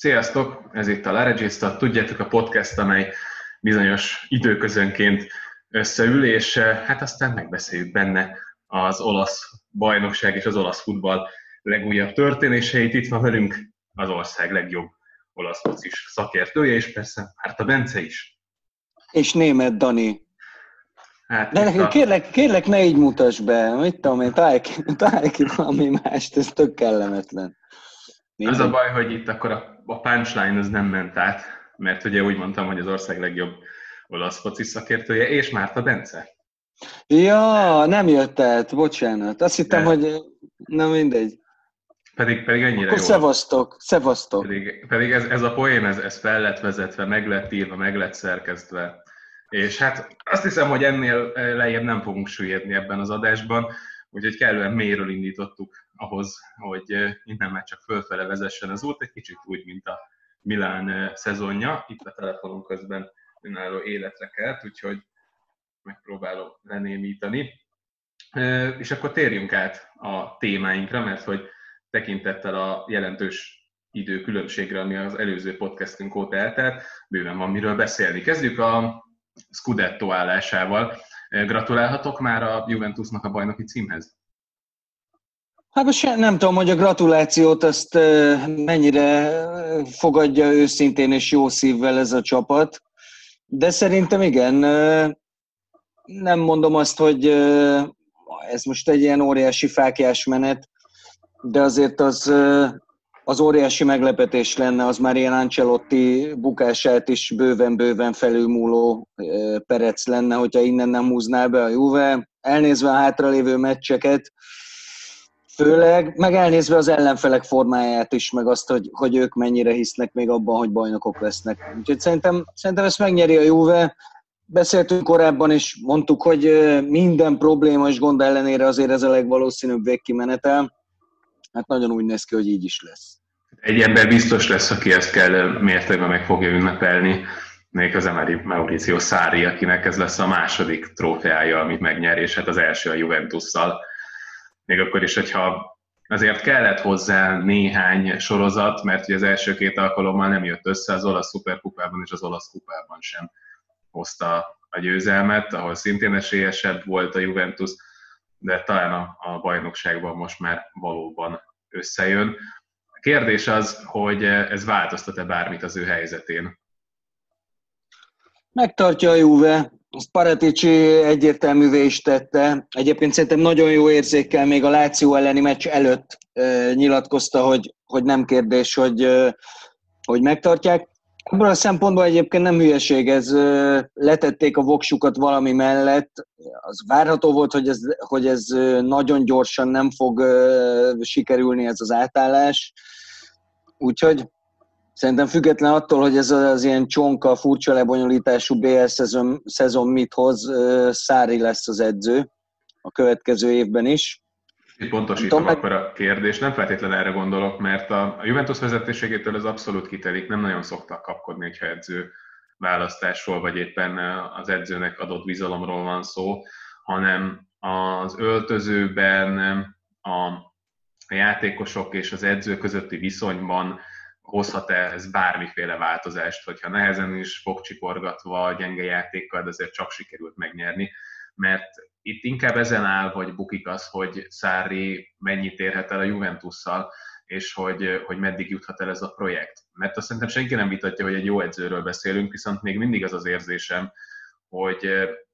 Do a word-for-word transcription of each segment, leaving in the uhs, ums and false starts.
Sziasztok! Ez itt a Laregista, tudjátok, a podcast, amely bizonyos időközönként összeül, és hát aztán megbeszéljük benne az olasz bajnokság és az olasz futball legújabb történéseit. Itt van velünk az ország legjobb olasz focis szakértője, és persze Márta Bence is. És Németh Dani. Hát De nekünk, a... kérlek, kérlek, ne így mutass be, mit tudom én, találj ki, találj ki valami mást, ez tök kellemetlen. Az a baj, hogy itt akkor a, a punchline az nem ment át, mert ugye úgy mondtam, hogy az ország legjobb olasz focis szakértője, és Márta Bence. Ja, nem jött át, bocsánat. Azt hittem, De... hogy na mindegy. Pedig, pedig ennyire Akkor jó. szevasztok, szevasztok. Pedig, pedig ez, ez a poén, ez, ez fel lett vezetve, meg lett írva, meg lett szerkesztve. És hát azt hiszem, hogy ennél lejjebb nem fogunk süllyedni ebben az adásban, úgyhogy kellően mélyről indítottuk ahhoz, hogy innen már csak fölfele vezessen az út, egy kicsit úgy, mint a Milán szezonja. Itt a telefonon közben önálló életre kelt, úgyhogy megpróbálom lenémítani. És akkor térjünk át a témáinkra, mert hogy tekintettel a jelentős időkülönbségre, ami az előző podcastünk óta eltelt, bőven van miről beszélni. Kezdjük a Scudetto állásával. Gratulálhatok már a Juventusnak a bajnoki címhez? Hát most nem tudom, hogy a gratulációt azt mennyire fogadja őszintén és jó szívvel ez a csapat, de szerintem igen. Nem mondom azt, hogy ez most egy ilyen óriási fáklyás menet, de azért az, az óriási meglepetés lenne, az már ilyen Ancelotti bukását is bőven-bőven felülmúló perec lenne, hogyha innen nem húzná be a Juve. Elnézve a hátralévő meccseket, főleg, meg elnézve az ellenfelek formáját is, meg azt, hogy, hogy ők mennyire hisznek még abban, hogy bajnokok lesznek. Úgyhogy szerintem, szerintem ezt megnyeri a Juve. Beszéltünk korábban, és mondtuk, hogy minden probléma és gond ellenére azért ez a legvalószínűbb végkimenetel. Hát nagyon úgy néz ki, hogy így is lesz. Egy ember biztos lesz, aki ezt kell mértékben meg fogja ünnepelni, még az Emery Mauricio Sarri, akinek ez lesz a második trófeája, amit megnyer, és hát az első a Juventusszal. Még akkor is, hogyha azért kellett hozzá néhány sorozat, mert ugye az első két alkalommal nem jött össze, az olasz szuperkupában és az olasz kupában sem hozta a győzelmet, ahol szintén esélyesebb volt a Juventus, de talán a, a bajnokságban most már valóban összejön. A kérdés az, hogy ez változtat-e bármit az ő helyzetén? Megtartja a Juve, azt Paratici egyértelművé is tette. Egyébként szerintem nagyon jó érzékkel még a Lazio elleni meccs előtt e, nyilatkozta, hogy, hogy nem kérdés, hogy, e, hogy megtartják. Ebből a szempontból egyébként nem hülyeség, ez e, letették a voksukat valami mellett. Az várható volt, hogy ez, hogy ez nagyon gyorsan nem fog e, sikerülni ez az átállás. Úgyhogy szerintem független attól, hogy ez az ilyen csonka, furcsa lebonyolítású bé el szezon, szezon mit hoz, Sarri lesz az edző a következő évben is. Itt pontosítom akkor a kérdést, nem feltétlenül erre gondolok, mert a Juventus vezetőségétől ez abszolút kitelik, nem nagyon szoktak kapkodni, hogyha edző választásról, vagy éppen az edzőnek adott bizalomról van szó, hanem az öltözőben a játékosok és az edző közötti viszonyban hozhat-e ez bármiféle változást, hogyha nehezen is fogcsiporgatva, gyenge játékkal, de azért csak sikerült megnyerni, mert itt inkább ezen áll, vagy bukik az, hogy Sarri mennyit érhet el a Juventusszal, és hogy, hogy meddig juthat el ez a projekt. Mert azt szerintem senki nem vitatja, hogy egy jó edzőről beszélünk, viszont még mindig az az érzésem, hogy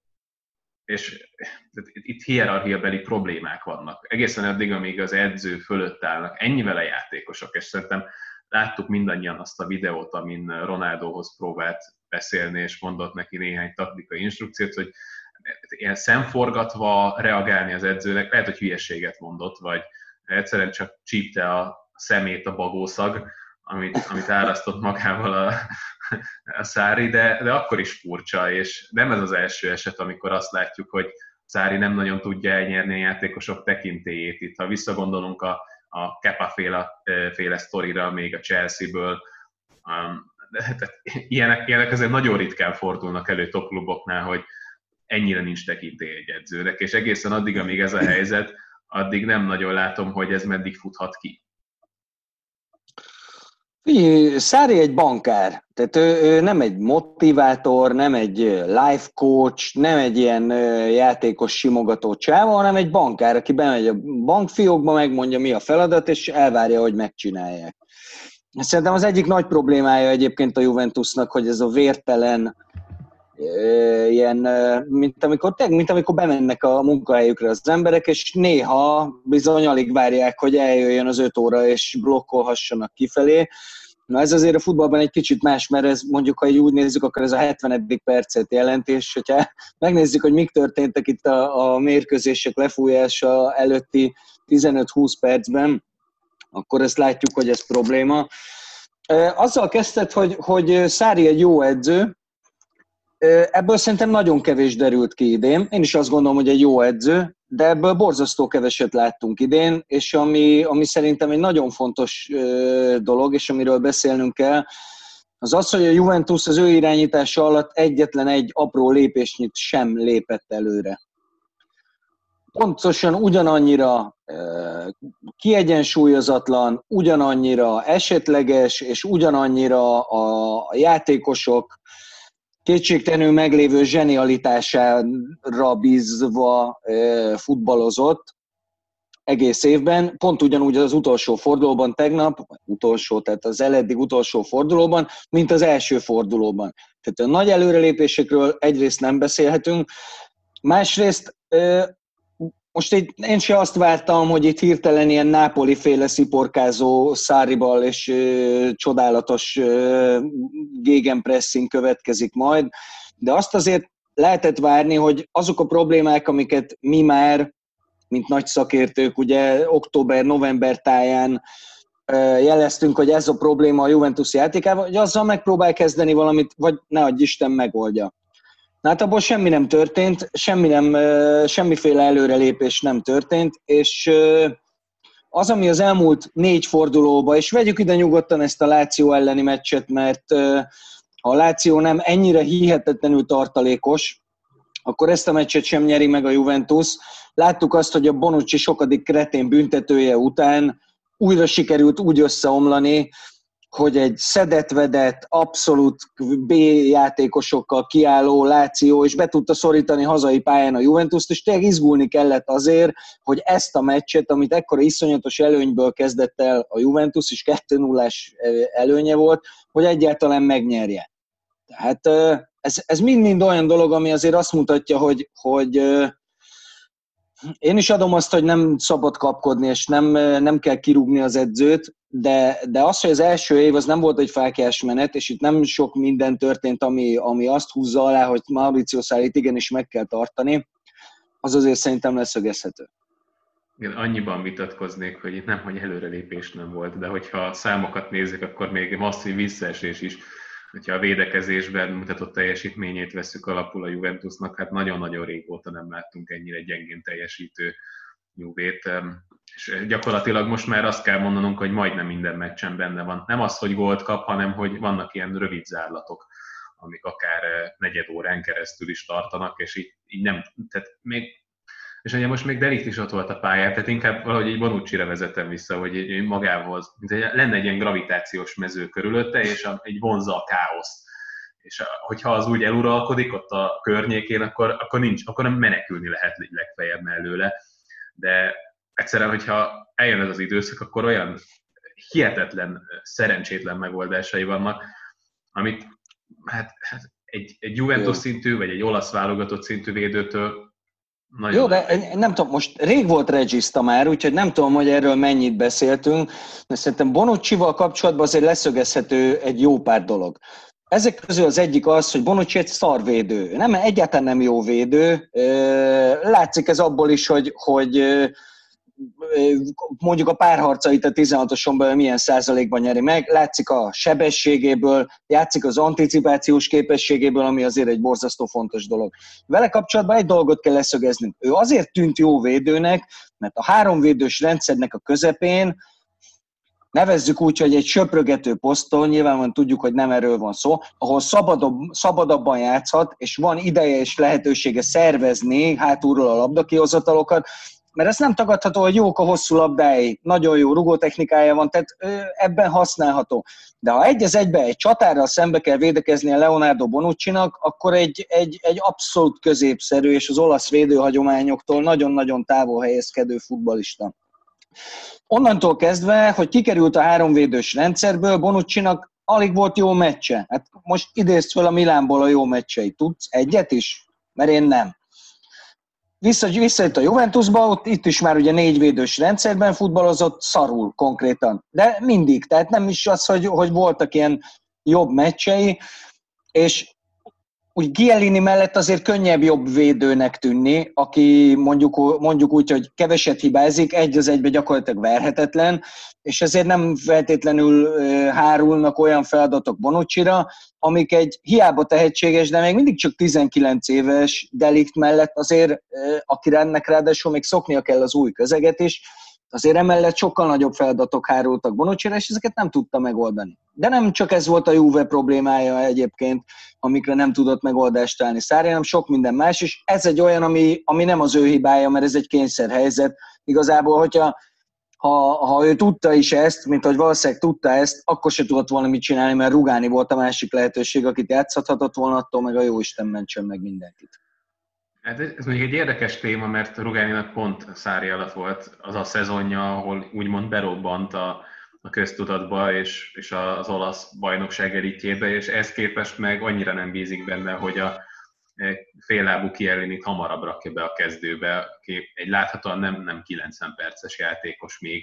és itt hierarchiabeli problémák vannak. Egészen addig, amíg az edző fölött állnak ennyivel a játékosok, és szerintem láttuk mindannyian azt a videót, amin Ronaldohoz próbált beszélni, és mondott neki néhány taktikai instrukciót, hogy ilyen szemforgatva reagálni az edzőnek, lehet, hogy hülyeséget mondott, vagy egyszerűen csak csípte a szemét a bagószag, amit, amit árasztott magával a, a Sarri, de, de akkor is furcsa, és nem ez az első eset, amikor azt látjuk, hogy Sarri nem nagyon tudja elnyerni a játékosok tekintélyét. Itt, ha visszagondolunk a a Kepa féle, féle sztorira, még a Chelsea-ből. Tehát ilyenek, ilyenek azért nagyon ritkán fordulnak elő top kluboknál, hogy ennyire nincs tekintély egy edzőnek, és egészen addig, amíg ez a helyzet, addig nem nagyon látom, hogy ez meddig futhat ki. Sarri egy bankár, tehát ő, ő nem egy motivátor, nem egy life coach, nem egy ilyen játékos simogató csáva, hanem egy bankár, aki bemegy a bankfiókba, megmondja, mi a feladat, és elvárja, hogy megcsinálják. Szerintem az egyik nagy problémája egyébként a Juventusnak, hogy ez a vértelen, ilyen, mint amikor, mint amikor bemennek a munkahelyükre az emberek, és néha bizony alig várják, hogy eljöjjön az öt óra, és blokkolhassanak kifelé. Na ez azért a futballban egy kicsit más, mert ez mondjuk, ha így úgy nézzük, akkor ez a hetvenedik percet jelent, és hogyha megnézzük, hogy mik történtek itt a, a mérkőzések lefújása előtti tizenöt-húsz percben, akkor ezt látjuk, hogy ez probléma. Azzal kezdted, hogy, hogy Sarri egy jó edző, ebből szerintem nagyon kevés derült ki idén. Én is azt gondolom, hogy egy jó edző, de ebből borzasztó keveset láttunk idén, és ami, ami szerintem egy nagyon fontos dolog, és amiről beszélnünk kell, az az, hogy a Juventus az ő irányítása alatt egyetlen egy apró lépésnyit sem lépett előre. Pontosan ugyanannyira kiegyensúlyozatlan, ugyanannyira esetleges, és ugyanannyira a játékosok kétségtelenül meglévő zsenialitására bízva futballozott egész évben, pont ugyanúgy az utolsó fordulóban tegnap, utolsó, tehát az eleddig utolsó fordulóban, mint az első fordulóban. Tehát a nagy előrelépésekről egyrészt nem beszélhetünk, másrészt most itt én se azt vártam, hogy itt hirtelen ilyen Napoli-féle sziporkázó Sarrival és ö, csodálatos ö, gegenpressing következik majd, de azt azért lehetett várni, hogy azok a problémák, amiket mi már, mint nagy szakértők, ugye október-november táján ö, jeleztünk, hogy ez a probléma a Juventus játékával, hogy azzal megpróbál kezdeni valamit, vagy ne adj Isten megoldja. Hát abból semmi nem történt, semmi nem, semmiféle előrelépés nem történt, és az, ami az elmúlt négy fordulóban, és vegyük ide nyugodtan ezt a Lazio elleni meccset, mert ha a Lazio nem ennyire hihetetlenül tartalékos, akkor ezt a meccset sem nyeri meg a Juventus. Láttuk azt, hogy a Bonucci sokadik kretén büntetője után újra sikerült úgy összeomlani, hogy egy szedett-vedett, abszolút B játékosokkal kiálló Lazio, és be tudta szorítani hazai pályán a Juventust, és tényleg izgulni kellett azért, hogy ezt a meccset, amit ekkora iszonyatos előnyből kezdett el a Juventus, és kettő nullás előnye volt, hogy egyáltalán megnyerje. Tehát ez, ez mind-mind olyan dolog, ami azért azt mutatja, hogy, hogy én is adom azt, hogy nem szabad kapkodni, és nem, nem kell kirúgni az edzőt, de, de az, hogy az első év az nem volt egy fáklyás menet, és itt nem sok minden történt, ami, ami azt húzza alá, hogy Maurizio Sarrit igenis meg kell tartani, az azért szerintem leszögezhető. Igen, annyiban vitatkoznék, hogy itt nem, hogy előrelépés nem volt, de hogyha a számokat nézzük, akkor még masszív visszaesés is, hogyha a védekezésben mutatott teljesítményét vesszük alapul a Juventusnak, hát nagyon-nagyon régóta nem láttunk ennyire gyengén teljesítő Juvét, és gyakorlatilag most már azt kell mondanunk, hogy majdnem minden meccsen benne van. Nem az, hogy gólt kap, hanem hogy vannak ilyen rövid zárlatok, amik akár negyed órán keresztül is tartanak, és így, így nem, tehát még, és ugye most még De Ligt is ott volt a pályán, tehát inkább valahogy egy Bonucci-re vezetem vissza, hogy egy, magához, mint lenne egy ilyen gravitációs mező körülötte, és egy vonza a káoszt. És hogyha az úgy eluralkodik ott a környékén, akkor, akkor, nincs, akkor nem menekülni lehet legfeljebb mellőle. De egyszerűen, hogyha eljön ez az időszak, akkor olyan hihetetlen, szerencsétlen megoldásai vannak, amit hát, hát egy, egy Juventus szintű, vagy egy olasz válogatott szintű védőtől nagyon. Jó, de nem tudom, most rég volt Regista már, úgyhogy nem tudom, hogy erről mennyit beszéltünk, de szerintem Bonuccival kapcsolatban azért leszögezhető egy jó pár dolog. Ezek közül az egyik az, hogy Bonucci egy szarvédő. Nem, egyáltalán nem jó védő. Látszik ez abból is, hogy, hogy mondjuk a párharcait a tizenhatoson belül milyen százalékban nyeri meg. Látszik a sebességéből, játszik az anticipációs képességéből, ami azért egy borzasztó fontos dolog. Vele kapcsolatban egy dolgot kell leszögeznünk. Ő azért tűnt jó védőnek, mert a háromvédős rendszernek a közepén nevezzük úgy, hogy egy söprögető poszton, nyilvánvalóan tudjuk, hogy nem erről van szó, ahol szabadabb, szabadabban játszhat, és van ideje és lehetősége szervezni hátulról a labdakihozatalokat, mert ez nem tagadható, hogy jók a hosszú labdái, nagyon jó rugótechnikája van, tehát ebben használható. De ha egy az egybe egy csatárral szembe kell védekezni a Leonardo Bonuccinak, akkor egy, egy, egy abszolút középszerű és az olasz védőhagyományoktól nagyon-nagyon távol helyezkedő futballista. Onnantól kezdve, hogy kikerült a háromvédős rendszerből, Bonuccinak alig volt jó meccse. Hát most idézd fel a Milánból a jó meccseit. Tudsz egyet is? Mert én nem. Vissza, visszajött a Juventusba, ott itt is már ugye négyvédős rendszerben futballozott, szarul konkrétan. De mindig, tehát nem is az, hogy, hogy voltak ilyen jobb meccsei, és úgy Chiellini mellett azért könnyebb jobb védőnek tűnni, aki mondjuk, mondjuk úgy, hogy keveset hibázik, egy az egybe gyakorlatilag verhetetlen, és ezért nem feltétlenül hárulnak olyan feladatok Bonuccira, amik egy hiába tehetséges, de még mindig csak tizenkilenc éves De Ligt mellett azért, akire ennek ráadásul még szoknia kell az új közeget is, azért emellett sokkal nagyobb feladatok hárultak Bonuccira, és ezeket nem tudta megoldani. De nem csak ez volt a Juve problémája egyébként, amikre nem tudott megoldást találni Sarri, hanem sok minden más, és ez egy olyan, ami, ami nem az ő hibája, mert ez egy kényszerhelyzet. Igazából, hogyha ha, ha ő tudta is ezt, mint hogy valószínűleg tudta ezt, akkor se tudott volna mit csinálni, mert Rugani volt a másik lehetőség, akit játszhathatott volna, attól meg a jóisten mentsen meg mindenkit. Hát ez még egy érdekes téma, mert Rugáninak pont Sarri alatt volt az a szezonja, ahol úgymond berobbant a, a köztudatba és, és az olasz bajnokság elitjébe, és ezt képest meg annyira nem bízik benne, hogy a féllábú Chiellinit hamarabb rakja be a kezdőbe, aki egy láthatóan nem, nem kilencven perces játékos még,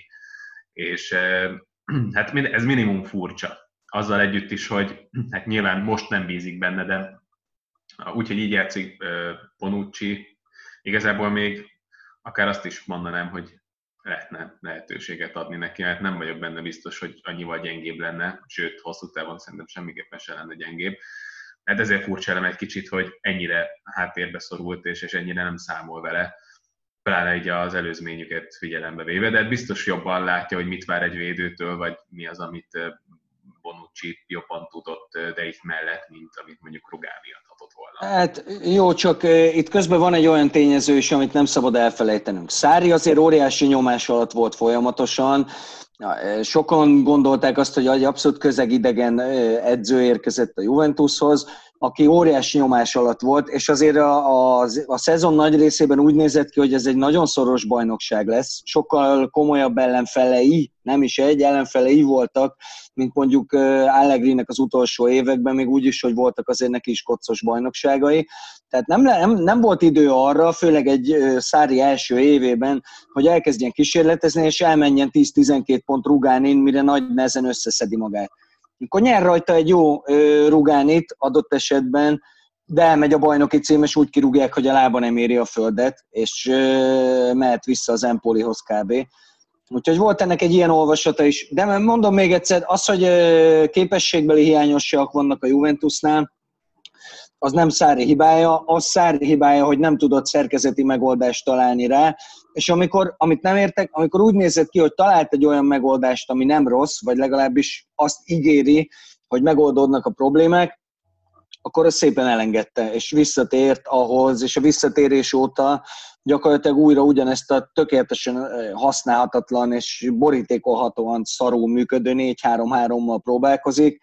és hát ez minimum furcsa. Azzal együtt is, hogy hát nyilván most nem bízik benne, de úgyhogy így játszik Bonucci, igazából még akár azt is mondanám, hogy lehetne lehetőséget adni neki, mert nem vagyok benne biztos, hogy annyival gyengébb lenne, sőt, hosszú távon szerintem semmiképpen se lenne gyengébb. Hát ezért furcsa elem egy kicsit, hogy ennyire háttérbe szorult, és, és ennyire nem számol vele, pláne így az előzményüket figyelembe véve, de biztos jobban látja, hogy mit vár egy védőtől, vagy mi az, amit Bonucci jobban tudott De Ligt mellett, mint amit mondjuk Rugani adhatott volna. Hát jó, csak uh, itt közben van egy olyan tényező is, amit nem szabad elfelejtenünk. Sarri azért óriási nyomás alatt volt folyamatosan. Sokan gondolták azt, hogy egy abszolút közegidegen edző érkezett a Juventushoz, aki óriási nyomás alatt volt, és azért a, a, a szezon nagy részében úgy nézett ki, hogy ez egy nagyon szoros bajnokság lesz. Sokkal komolyabb ellenfelei, nem is egy, ellenfelei voltak, mint mondjuk Allegrinek az utolsó években, még úgy is, hogy voltak azért neki is koccos bajnokságai. Tehát nem, nem, nem volt idő arra, főleg egy Sarri első évében, hogy elkezdjen kísérletezni, és elmenjen tíz-tizenkét pont Rugánin, mire nagy nehezen összeszedi magát. Akkor nyer rajta egy jó Rugánit adott esetben, de elmegy a bajnoki cím, és úgy kirúgják, hogy a lába nem éri a földet, és mehet vissza az Empolihoz kb. Úgyhogy volt ennek egy ilyen olvasata is. De mondom még egyszer, az, hogy képességbeli hiányosságok vannak a Juventusnál, az nem Sarri hibája, az Sarri hibája, hogy nem tudott szerkezeti megoldást találni rá, és amikor, amit nem értek, amikor úgy nézett ki, hogy talált egy olyan megoldást, ami nem rossz, vagy legalábbis azt ígéri, hogy megoldódnak a problémák, akkor azt szépen elengedte, és visszatért ahhoz, és a visszatérés óta gyakorlatilag újra ugyanezt a tökéletesen használhatatlan és borítékolhatóan szarul működő négy három-hárommal próbálkozik,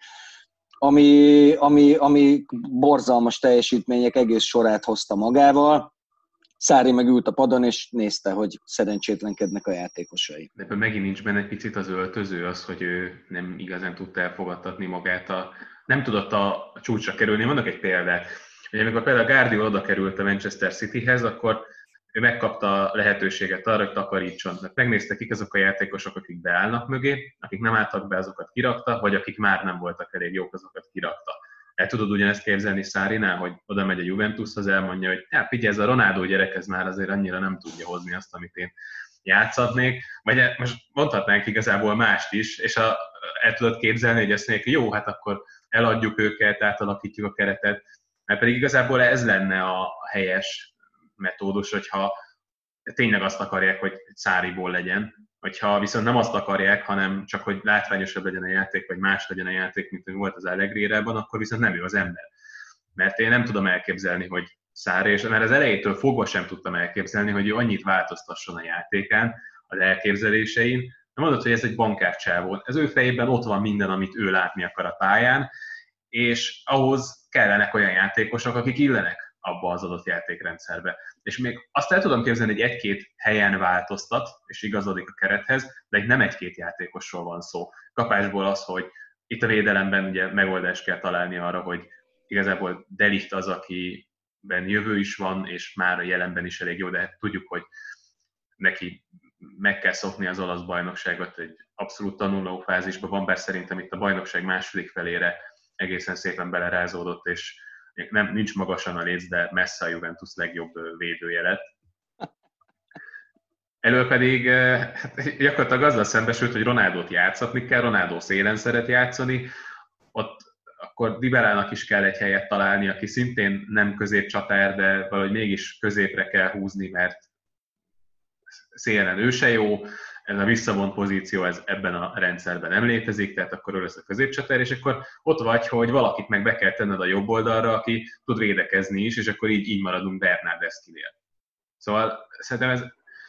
ami, ami, ami borzalmas teljesítmények egész sorát hozta magával. Sarri meg ült a padon, és nézte, hogy szerencsétlenkednek a játékosai. De ebben megint nincs benne egy picit az öltöző, az, hogy ő nem igazán tudta elfogadtatni magát, a, nem tudott a, a csúcsra kerülni. Mondok egy példát, hogy amikor például Guardiola oda került a Manchester Cityhez, akkor ő megkapta a lehetőséget arra, hogy takarítson. Mert megnézte, kik azok a játékosok, akik beállnak mögé, akik nem álltak be, azokat kirakta, vagy akik már nem voltak elég jók, azokat kirakta. El tudod ugyanezt képzelni Sarrinál, hogy oda megy a Juventushoz, elmondja, hogy hát figyelj, ez a Ronaldo gyerek, ez már azért annyira nem tudja hozni azt, amit én játszhatnék. Vagy most mondhatnánk igazából mást is, és a, el tudod képzelni, hogy ezt mondják, jó, hát akkor eladjuk őket, átalakítjuk a keretet. Mert pedig igazából ez lenne a helyes metódus, hogyha tényleg azt akarják, hogy Sarriból legyen, hogyha viszont nem azt akarják, hanem csak, hogy látványosabb legyen a játék, vagy más legyen a játék, mint hogy volt az Allegri-rában, akkor viszont nem ő az ember. Mert én nem tudom elképzelni, hogy Sarri, és mert az elejétől fogva sem tudtam elképzelni, hogy ő annyit változtasson a játékán, az elképzelésein. Mondott, hogy ez egy bankárcsávó. Ez ő fejében ott van minden, amit ő látni akar a pályán, és ahhoz kellenek olyan játékosok, akik illenek abba az adott játékrendszerbe. És még azt el tudom képzelni, hogy egy-két helyen változtat, és igazodik a kerethez, de nem egy-két játékosról van szó. Kapásból az, hogy itt a védelemben ugye megoldást kell találni arra, hogy igazából De Ligt az, akiben jövő is van, és már a jelenben is elég jó, de tudjuk, hogy neki meg kell szokni az olasz bajnokságot, egy abszolút tanuló fázisban van, bár szerintem itt a bajnokság második felére egészen szépen belerázódott, és nem, nincs magasan a léc, de messze a Juventus legjobb védője lett. Elől pedig hát, gyakorlatilag azzal szembesült, hogy Ronaldót játszatni kell, Ronaldo szélen szeret játszani, ott akkor Dybalának is kell egy helyet találni, aki szintén nem középcsatár, de valahogy mégis középre kell húzni, mert szélen ő se jó, ez a visszavont pozíció ez ebben a rendszerben nem létezik, tehát akkor ő lesz a középcsatár, és akkor ott vagy, hogy valakit meg be kell tenned a jobb oldalra, aki tud védekezni is, és akkor így, így maradunk Bernardeschi-nél. Szóval szerintem ez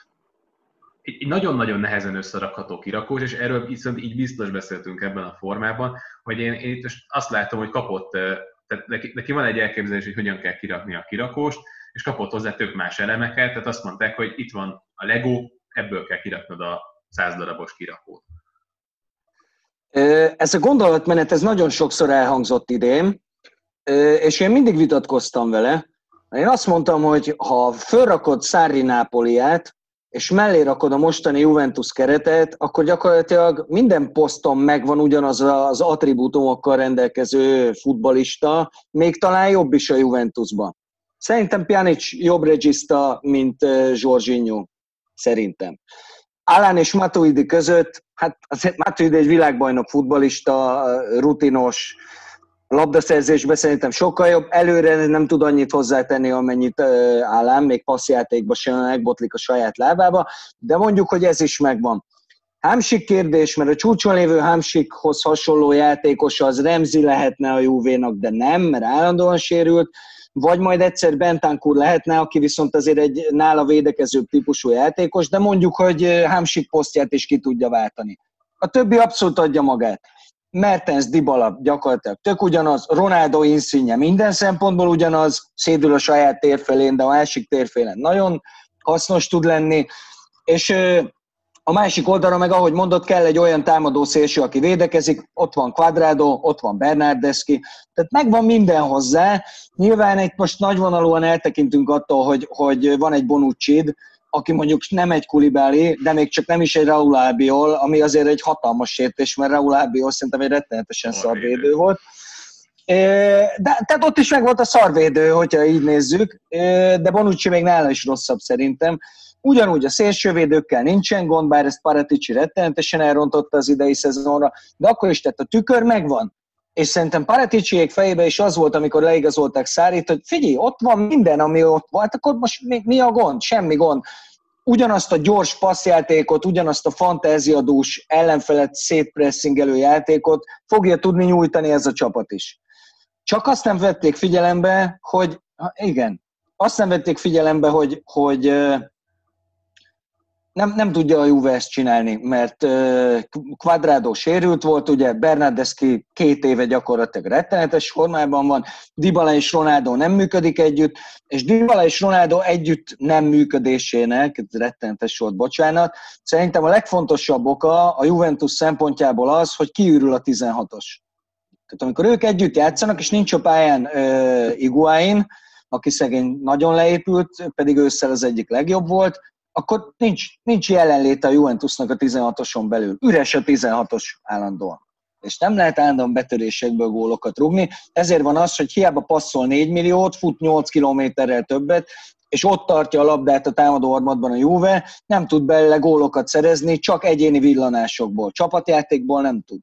egy nagyon-nagyon nehezen összerakható kirakós, és erről viszont így biztos beszéltünk ebben a formában, hogy én, én itt azt látom, hogy kapott, tehát neki, neki van egy elképzelés, hogy hogyan kell kirakni a kirakóst, és kapott hozzá tök más elemeket, tehát azt mondták, hogy itt van a Lego, ebből kell kiraknod a száz darabos kirakót. Ez a gondolatmenet, ez nagyon sokszor elhangzott idén, és én mindig vitatkoztam vele. Én azt mondtam, hogy ha fölrakod Sarri Nápoliát, és mellé rakod a mostani Juventus keretet, akkor gyakorlatilag minden poszton megvan ugyanaz az attribútumokkal rendelkező futballista, még talán jobb is a Juventusban. Szerintem Pjanic jobb regista, mint Jorginho. Szerintem. Alan és Matuidi között, hát azért Matuidi egy világbajnok futballista, rutinos, labdaszerzésben szerintem sokkal jobb, előre nem tud annyit hozzátenni, amennyit Alan, még passzjátékban sem megbotlik a saját lábába, de mondjuk, hogy ez is megvan. Hamsik kérdés, mert a csúcson lévő Hamsikhoz hasonló játékos az Ramsey lehetne a Juvénak, de nem, mert állandóan sérült, vagy majd egyszer Bentancur lehetne, aki viszont azért egy nála védekezőbb típusú játékos, de mondjuk, hogy Hamsik posztját is ki tudja váltani. A többi abszolút adja magát. Mertens, Dybala gyakorlatilag tök ugyanaz, Ronaldo, Insigne minden szempontból ugyanaz, szédül a saját térfelén, de a másik térfélen nagyon hasznos tud lenni, és a másik oldalra meg, ahogy mondott, kell egy olyan támadó szélső, aki védekezik, ott van Cuadrado, ott van Bernardeschi, tehát megvan minden hozzá. Nyilván egy most nagyvonalúan eltekintünk attól, hogy, hogy van egy Bonucci, aki mondjuk nem egy Koulibaly, de még csak nem is egy Raúl Albiol, ami azért egy hatalmas sértés, mert Raúl Albiol szerintem egy rettenetesen szarvédő volt. De, tehát ott is meg volt a szarvédő, hogyha így nézzük, de Bonucci még nála is rosszabb szerintem. Ugyanúgy a szélsővédőkkel nincsen gond, bár ezt Paratici rettenetesen elrontotta az idei szezonra, de akkor is, tehát a tükör megvan. És szerintem Paraticiék fejében is az volt, amikor leigazolták Sarrit, hogy figyelj, ott van minden, ami ott volt, akkor most mi, mi a gond? Semmi gond. Ugyanazt a gyors passzjátékot, ugyanazt a fantáziadús ellenfelet szétpresszingelő játékot fogja tudni nyújtani ez a csapat is. Csak azt nem vették figyelembe, hogy igen, azt nem vették figyelembe, hogy, hogy Nem, nem tudja a Juve ezt csinálni, mert uh, Cuadrado sérült volt, ugye Bernardeschi két éve gyakorlatilag rettenetes formában van, Dybala és Ronaldo nem működik együtt, és Dybala és Ronaldo együtt nem működésének, ez rettenetes volt, bocsánat, szerintem a legfontosabb oka a Juventus szempontjából az, hogy kiürül a tizenhatos. Tehát amikor ők együtt játszanak, és nincs a pályán uh, Higuaín, aki szegény nagyon leépült, pedig ősszel az egyik legjobb volt, akkor nincs, nincs jelenléte a Juventusnak a tizenhatoson belül. Üres a tizenhatos állandóan. És nem lehet állandóan betörésekből gólokat rúgni. Ezért van az, hogy hiába passzol négy milliót, fut nyolc kilométerrel többet, és ott tartja a labdát a támadó harmadban a Juve, nem tud belőle gólokat szerezni, csak egyéni villanásokból. Csapatjátékból nem tud.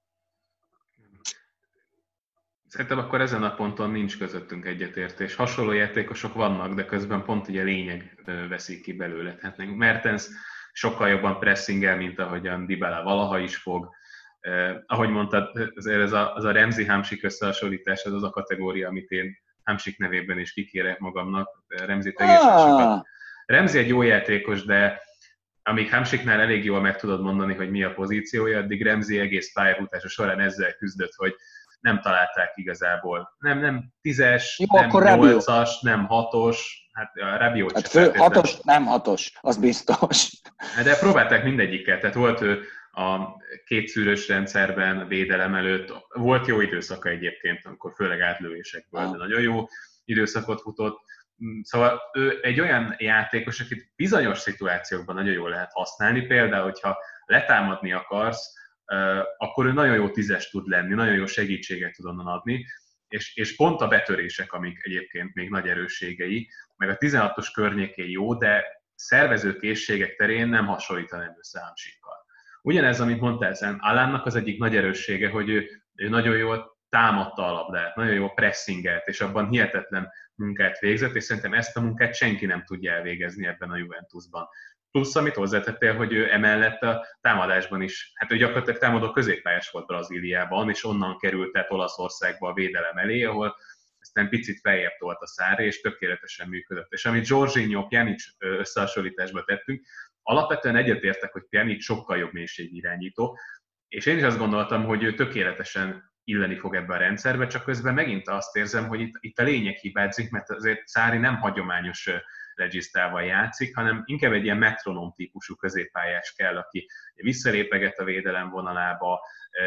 Szerintem akkor ezen a ponton nincs közöttünk egyetértés. Hasonló játékosok vannak, de közben pont ugye lényeg veszik ki belőle. Hát Mertens sokkal jobban pressingel, mint ahogyan Dybala valaha is fog. Eh, ahogy mondtad, ez a, az a Ramsey-Hamsik összehasonlítás, ez az a kategória, amit én Hamsik nevében is kikérek magamnak, Remzit egészen ah. sokat. Remzi egy jó játékos, de amíg Hamsiknál elég jól meg tudod mondani, hogy mi a pozíciója, addig Remzi egész pályafutása során ezzel küzdött, hogy nem találták igazából. Nem, nem tízes, jó, nem nyolcas, nem hatos, hát a Rabiot hát fő, hatos, nem hatos, az biztos. De próbálták mindegyikkel, tehát volt ő a két szűrős rendszerben, a védelem előtt, volt jó időszaka egyébként, amikor főleg átlövésekből, ah. de nagyon jó időszakot futott. Szóval ő egy olyan játékos, akit bizonyos szituációkban nagyon jól lehet használni, például, hogyha letámadni akarsz, akkor ő nagyon jó tízes tud lenni, nagyon jó segítséget tud onnan adni, és, és pont a betörések, amik egyébként még nagy erősségei, meg a tizenhatos környékén jó, de szervező készségek terén nem hasonlítanám össze Hamsikkal. Ugyanez, amit mondtál, Alánnak az egyik nagy erőssége, hogy ő, ő nagyon jól támadta a labdát, nagyon jól pressingelt, és abban hihetetlen munkát végzett, és szerintem ezt a munkát senki nem tudja elvégezni ebben a Juventusban. Plusz, amit hozzátettél, hogy ő emellett a támadásban is, hát ő gyakorlatilag támadó középpályás volt Brazíliában, és onnan került át Olaszországba a védelem elé, ahol aztán picit feljebb tolt a Sarri, és tökéletesen működött. És amit Jorginho, Pjanic összehasonlításba tettünk, alapvetően egyetértek, hogy Pjanic sokkal jobb mélységirányító, és én is azt gondoltam, hogy ő tökéletesen illeni fog ebbe a rendszerbe, csak közben megint azt érzem, hogy itt, itt a lényeg hibázik, mert azért Sarri nem hagyományos regisztrával játszik, hanem inkább egy ilyen metronom típusú középpályás kell, aki visszalépeget a védelem vonalába,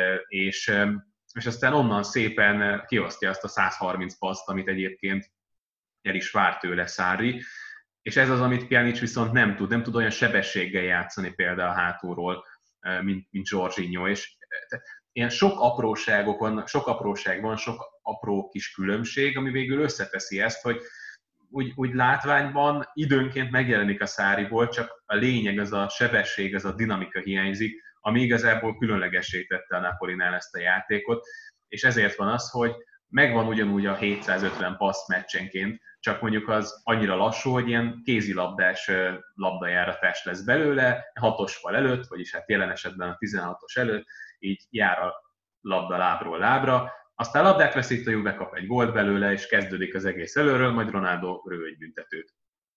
és, és aztán onnan szépen kiosztja azt a száz harminc paszt, amit egyébként el is vár tőle Sarri, és ez az, amit Pjanic viszont nem tud, nem tud olyan sebességgel játszani például hátulról, mint, mint Jorginho, és ilyen sok apróságok van, sok apróság van, sok apró kis különbség, ami végül összeteszi ezt, hogy úgy, úgy látványban időnként megjelenik a Sarriból, csak a lényeg, az a sebesség, az a dinamika hiányzik, ami igazából különlegessé tette a Napolinál ezt a játékot, és ezért van az, hogy megvan ugyanúgy a hétszázötven passz meccsenként, csak mondjuk az annyira lassú, hogy ilyen kézilabdás labdajáratás lesz belőle, hatos fal előtt, vagyis hát jelen esetben a tizenhatos előtt, így jár a labda lábról lábra, aztán labdát veszít a Juve, kap egy gólt belőle, és kezdődik az egész előről, majd Ronaldo rő egy büntetőt.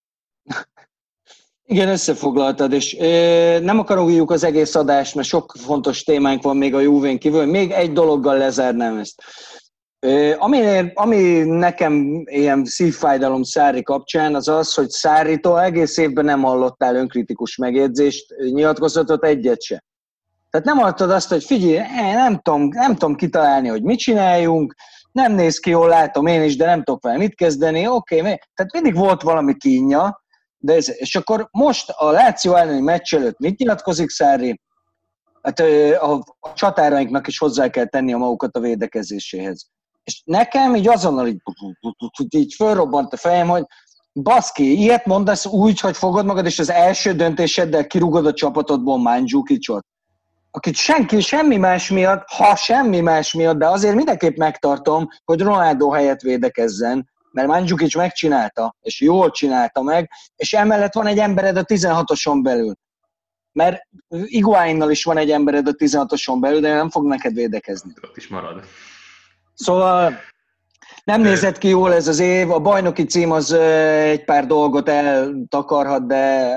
Igen, összefoglaltad, és ö, nem akarom hívjuk az egész adást, mert sok fontos témánk van még a Juvén kívül. Még egy dologgal lezárnám ezt. Ö, ami, ami nekem ilyen szívfájdalom Sarri kapcsán, az az, hogy Sarritól egész évben nem hallottál önkritikus megjegyzést, nyilatkozatot, egyet se. Tehát nem hallottad azt, hogy figyelj, nem tudom, nem tudom kitalálni, hogy mit csináljunk, nem néz ki jól, látom én is, de nem tudok vele mit kezdeni, oké, okay, tehát mindig volt valami kínja, de ez, és akkor most a Lazio elleni meccs előtt mit nyilatkozik Sarri? Hát a, a csatárainknak is hozzá kell tenni a magukat a védekezéséhez. És nekem így azonnal így, így fölrobbant a fejem, hogy baszki, ilyet mondasz úgy, hogy fogod magad, és az első döntéseddel kirúgod a csapatodból Mandzukićot, akit senki, semmi más miatt, ha semmi más miatt, de azért mindenképp megtartom, hogy Ronaldo helyett védekezzen, mert Mandzukić megcsinálta, és jól csinálta meg, és emellett van egy embered a tizenhatoson belül. Mert Higuainnal is van egy embered a tizenhatoson belül, de nem fog neked védekezni. Ott is marad. Szóval nem nézett ki jól ez az év, a bajnoki cím az egy pár dolgot eltakarhat, de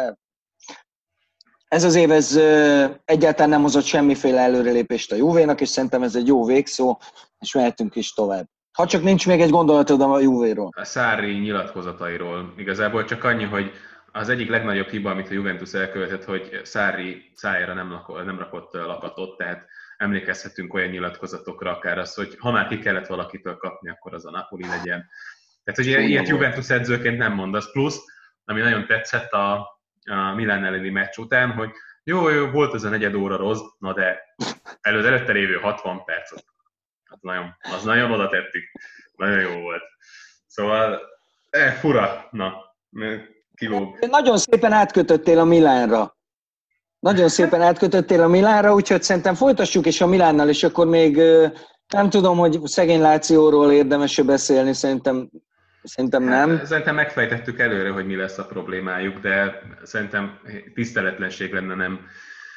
ez az év ez egyáltalán nem hozott semmiféle előrelépést a Juvénak, és szerintem ez egy jó végszó, és mehetünk is tovább. Ha csak nincs még egy gondolatod a Juvéról. A Sarri nyilatkozatairól igazából csak annyi, hogy az egyik legnagyobb hiba, amit a Juventus elkövetett, hogy Sarri szájára nem, lakott, nem rakott lakatot, tehát emlékezhetünk olyan nyilatkozatokra, akár az, hogy ha már ki kellett valakitől kapni, akkor az a Napoli legyen. Tehát, hogy ilyet Juventus edzőként nem mondasz. Plusz, ami nagyon tetszett a, a Milán elleni meccs után, hogy jó, jó, volt ez a negyed óra rossz, na de előtt előtte lévő hatvan percet. Az nagyon, az nagyon oda tettük. Nagyon jó volt. Szóval, eh, fura, na, kilóg. Nagyon szépen átkötöttél a Milánra. Nagyon szépen átkötöttél a Milánra, úgyhogy szerintem folytassuk is a Milánnal, és akkor még nem tudom, hogy szegény Lációról érdemes-e beszélni, szerintem, szerintem nem. Hát, szerintem megfejtettük előre, hogy mi lesz a problémájuk, de szerintem tiszteletlenség lenne nem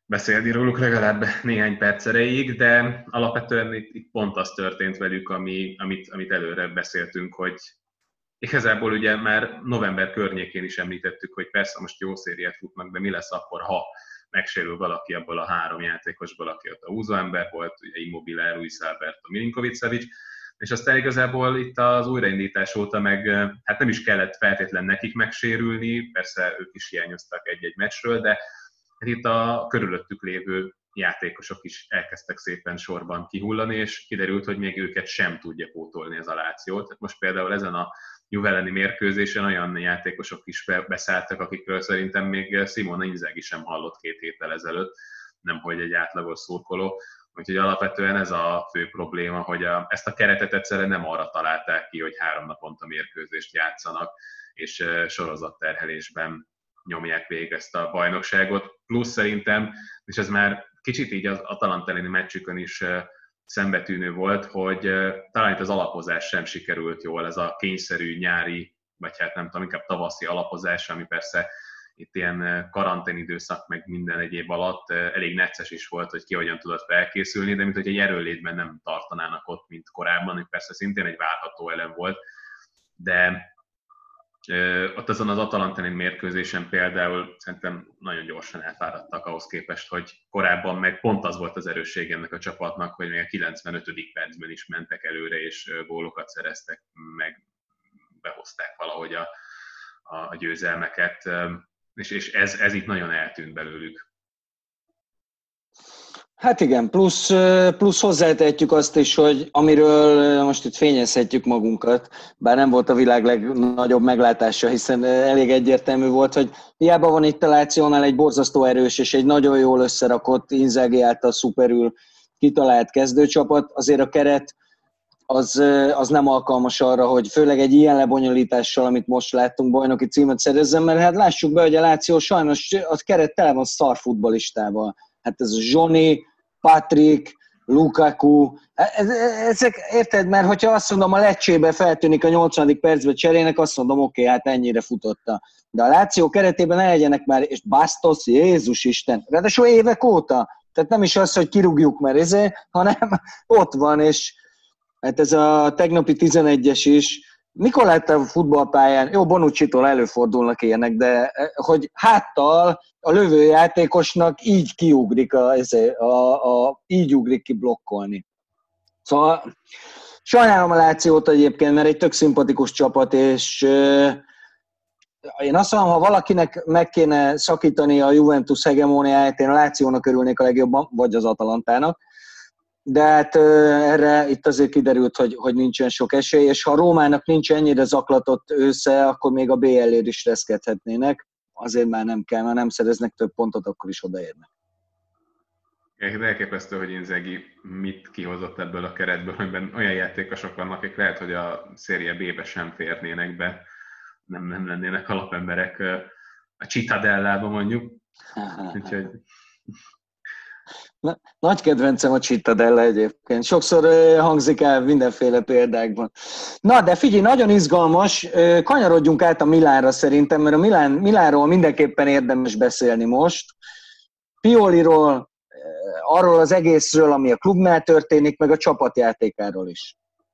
beszélni róluk legalább néhány perc erejéig, de alapvetően itt, itt pont az történt velük, ami, amit, amit előre beszéltünk, hogy igazából ugye már november környékén is említettük, hogy persze most jó szériát futnak, de mi lesz akkor, ha megsérül valaki abból a három játékosból, aki ott a húzóember volt, ugye Immobile, Luis Alberto, Milinković-Savić, és aztán igazából itt az újraindítás óta meg hát nem is kellett feltétlen nekik megsérülni, persze ők is hiányoztak egy-egy meccsről, de hát itt a körülöttük lévő játékosok is elkezdtek szépen sorban kihullani, és kiderült, hogy még őket sem tudja pótolni ez a Láció. Tehát most például ezen a Juve elleni mérkőzésen olyan játékosok is beszálltak, akikről szerintem még Simone Inzaghi sem hallott két héttel ezelőtt, nemhogy egy átlagos szurkoló. Úgyhogy alapvetően ez a fő probléma, hogy a, ezt a keretet egyszerűen nem arra találták ki, hogy három naponta mérkőzést játszanak, és sorozatterhelésben nyomják végig ezt a bajnokságot. Plusz szerintem, és ez már kicsit így az Atalanta elleni meccsükön is szembetűnő volt, hogy talán itt az alapozás sem sikerült jól, ez a kényszerű nyári, vagy hát nem tudom, inkább tavaszi alapozás, ami persze itt ilyen karanténidőszak meg minden egyéb alatt elég necces is volt, hogy ki hogyan tudott felkészülni, de mint hogy egy erőlétben nem tartanának ott, mint korábban, hogy persze szintén egy várható elem volt, de ott azon az Atalantán mérkőzésen például szerintem nagyon gyorsan elfáradtak ahhoz képest, hogy korábban meg pont az volt az erősség ennek a csapatnak, hogy még a kilencvenötödik percben is mentek előre, és gólokat szereztek, meg behozták valahogy a, a győzelmeket, és, és ez, ez itt nagyon eltűnt belőlük. Hát igen, plusz, plusz hozzátehetjük azt is, hogy amiről most itt fényezhetjük magunkat, bár nem volt a világ legnagyobb meglátása, hiszen elég egyértelmű volt, hogy hiába van itt a Lációnál egy borzasztó erős és egy nagyon jól összerakott, Inzaghi által szuperül kitalált kezdőcsapat, azért a keret az, az nem alkalmas arra, hogy főleg egy ilyen lebonyolítással, amit most láttunk, bajnoki címet szerezzen, mert hát lássuk be, hogy a Láció sajnos a keret tele van szarfutballistával. Hát ez Zsoni, Patrick, Lukaku, ezek, érted, mert hogyha azt mondom, a Lecsébe feltűnik a nyolcvadik percben cserének, azt mondom, oké, okay, hát ennyire futotta. De a Láció keretében ne legyenek már, és Bastos, Jézus Isten, ráadásul évek óta, tehát nem is az, hogy kirúgjuk már ezért, hanem ott van, és hát ez a tegnapi tizenegyes is, mikor láttál a futballpályán, jó, Bonucci-tól előfordulnak ilyenek, de hogy háttal a lövőjátékosnak így kiugrik, a, a, a, így ugrik ki blokkolni. Szóval sajnálom a Lációt egyébként, mert egy tök szimpatikus csapat, és euh, én azt mondom, ha valakinek meg kéne szakítani a Juventus hegemóniáját, én a Lációnak örülnék a legjobban, vagy az Atalantának. De hát erre itt azért kiderült, hogy, hogy nincsen sok esély, és ha a Rómának nincs ennyire zaklatott ősze, akkor még a bé el-ért is reszkedhetnének. Azért már nem kell, mert nem szereznek több pontot, akkor is odaérnek. Elképesztő, hogy Inzaghi mit kihozott ebből a keretből, amiben olyan játékosok vannak, akik lehet, hogy a Serie B-be sem férnének be, nem, nem lennének alapemberek a Cittadellába mondjuk. Úgyhogy... Na, nagy kedvencem a Cittadella egyébként. Sokszor hangzik el mindenféle példákban. Na, de figyelj, nagyon izgalmas. Kanyarodjunk át a Milánra szerintem, mert a Milán, Milánról mindenképpen érdemes beszélni most. Pioliról, arról az egészről, ami a klubnál történik, meg a csapatjátékáról is.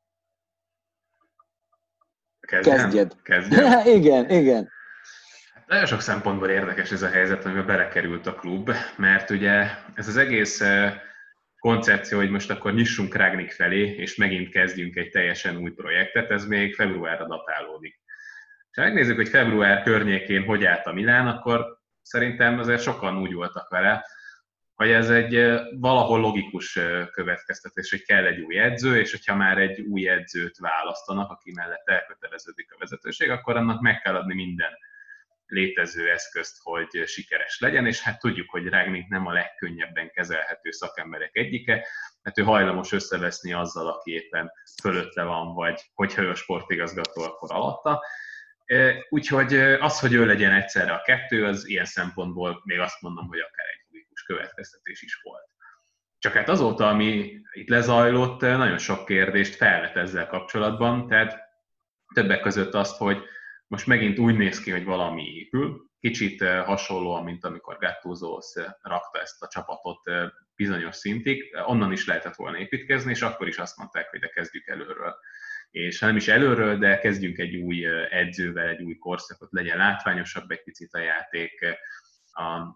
Kezdjem? Kezdjed. Kezdjem? igen, igen. Nagyon sok szempontból érdekes ez a helyzet, amiben belekerült a klub, mert ugye ez az egész koncepció, hogy most akkor nyissunk Rangnick felé, és megint kezdjünk egy teljesen új projektet, ez még februárra datálódik. Ha megnézzük, hogy február környékén hogy állt a Milán, akkor szerintem azért sokan úgy voltak vele, hogy ez egy valahol logikus következtetés, hogy kell egy új edző, és hogyha már egy új edzőt választanak, aki mellett elköteleződik a vezetőség, akkor annak meg kell adni minden létező eszközt, hogy sikeres legyen, és hát tudjuk, hogy Rangnick nem a legkönnyebben kezelhető szakemberek egyike, hát ő hajlamos összeveszni azzal, aki éppen fölötte van, vagy hogyha ő a sportigazgató, akkor alatta. Úgyhogy az, hogy ő legyen egyszerre a kettő, az ilyen szempontból még azt mondom, hogy akár egy logikus következtetés is volt. Csak hát azóta, ami itt lezajlott, nagyon sok kérdést felvet ezzel kapcsolatban, tehát többek között azt, hogy most megint úgy néz ki, hogy valami épül, kicsit hasonlóan, mint amikor Gattuso rakta ezt a csapatot bizonyos szintig, onnan is lehetett volna építkezni, és akkor is azt mondták, hogy de kezdjük előről. És ha nem is előről, de kezdjünk egy új edzővel, egy új korszakot, legyen látványosabb egy picit a játék, a,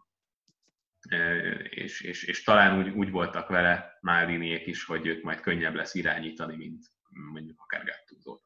és, és, és talán úgy, úgy voltak vele Maldiniék is, hogy őt majd könnyebb lesz irányítani, mint mondjuk akár Gattuso.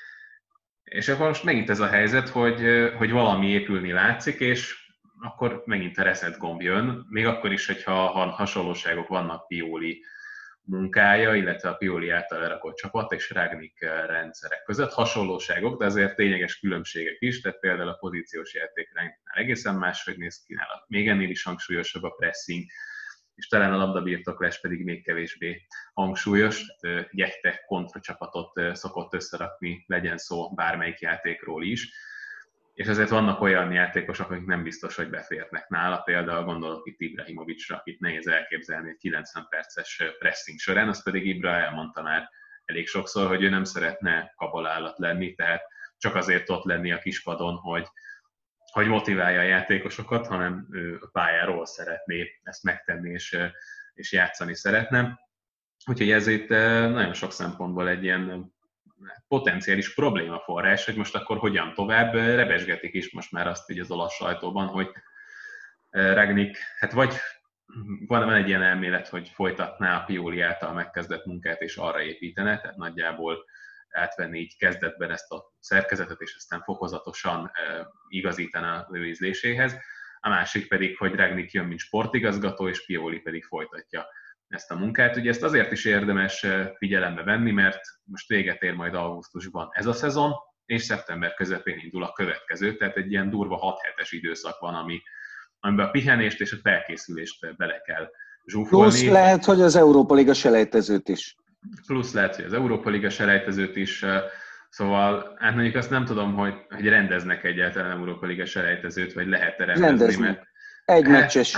És akkor most megint ez a helyzet, hogy, hogy valami épülni látszik, és akkor megint a reset gomb jön, még akkor is, hogyha hasonlóságok vannak Pioli munkája, illetve a Pioli által lerakott csapat és Rangnick rendszerek között. Hasonlóságok, de azért tényleges különbségek is, tehát például a pozíciós játéknál egészen máshogy néz ki, nála még ennél is hangsúlyosabb a pressing, és talán a labdabirtoklás pedig még kevésbé hangsúlyos, gyekte kontracsapatot szokott összerakni, legyen szó bármelyik játékról is, és ezért vannak olyan játékosok, akik nem biztos, hogy beférnek nála, például gondolok itt Ibrahimovicsra, akit nehéz elképzelni egy kilencven perces pressing során, azt pedig Ibra elmondta már elég sokszor, hogy ő nem szeretne kabalállat lenni, tehát csak azért ott lenni a kispadon, hogy hogy motiválja a játékosokat, hanem ő a pályáról szeretné ezt megtenni és, és játszani szeretne. Úgyhogy ez itt nagyon sok szempontból egy ilyen potenciális problémaforrás, hogy most akkor hogyan tovább. Rebesgetik is most már azt így az olasz sajtóban, hogy Rangnick, hát vagy van, van egy ilyen elmélet, hogy folytatná a Pioli által megkezdett munkát és arra építene, tehát nagyjából átvenni így kezdetben ezt a szerkezetet, és aztán fokozatosan igazítana az ő ízléséhez. A másik pedig, hogy Rangnick jön, mint sportigazgató, és Pioli pedig folytatja ezt a munkát. Ugye ezt azért is érdemes figyelembe venni, mert most véget ér majd augusztusban ez a szezon, és szeptember közepén indul a következő, tehát egy ilyen durva hat hetes időszak van, ami, amiben a pihenést és a felkészülést bele kell zsúfolni. Plusz lehet, hogy az Európa Liga selejtezőt is. Plusz lehet, hogy az Európa Liga selejtezőt is, szóval hát mondjuk azt nem tudom, hogy, hogy rendeznek egyáltalán Európa Liga selejtezőt, vagy lehet-e rendezni, rendezni. Mert... Egy hát, meccses.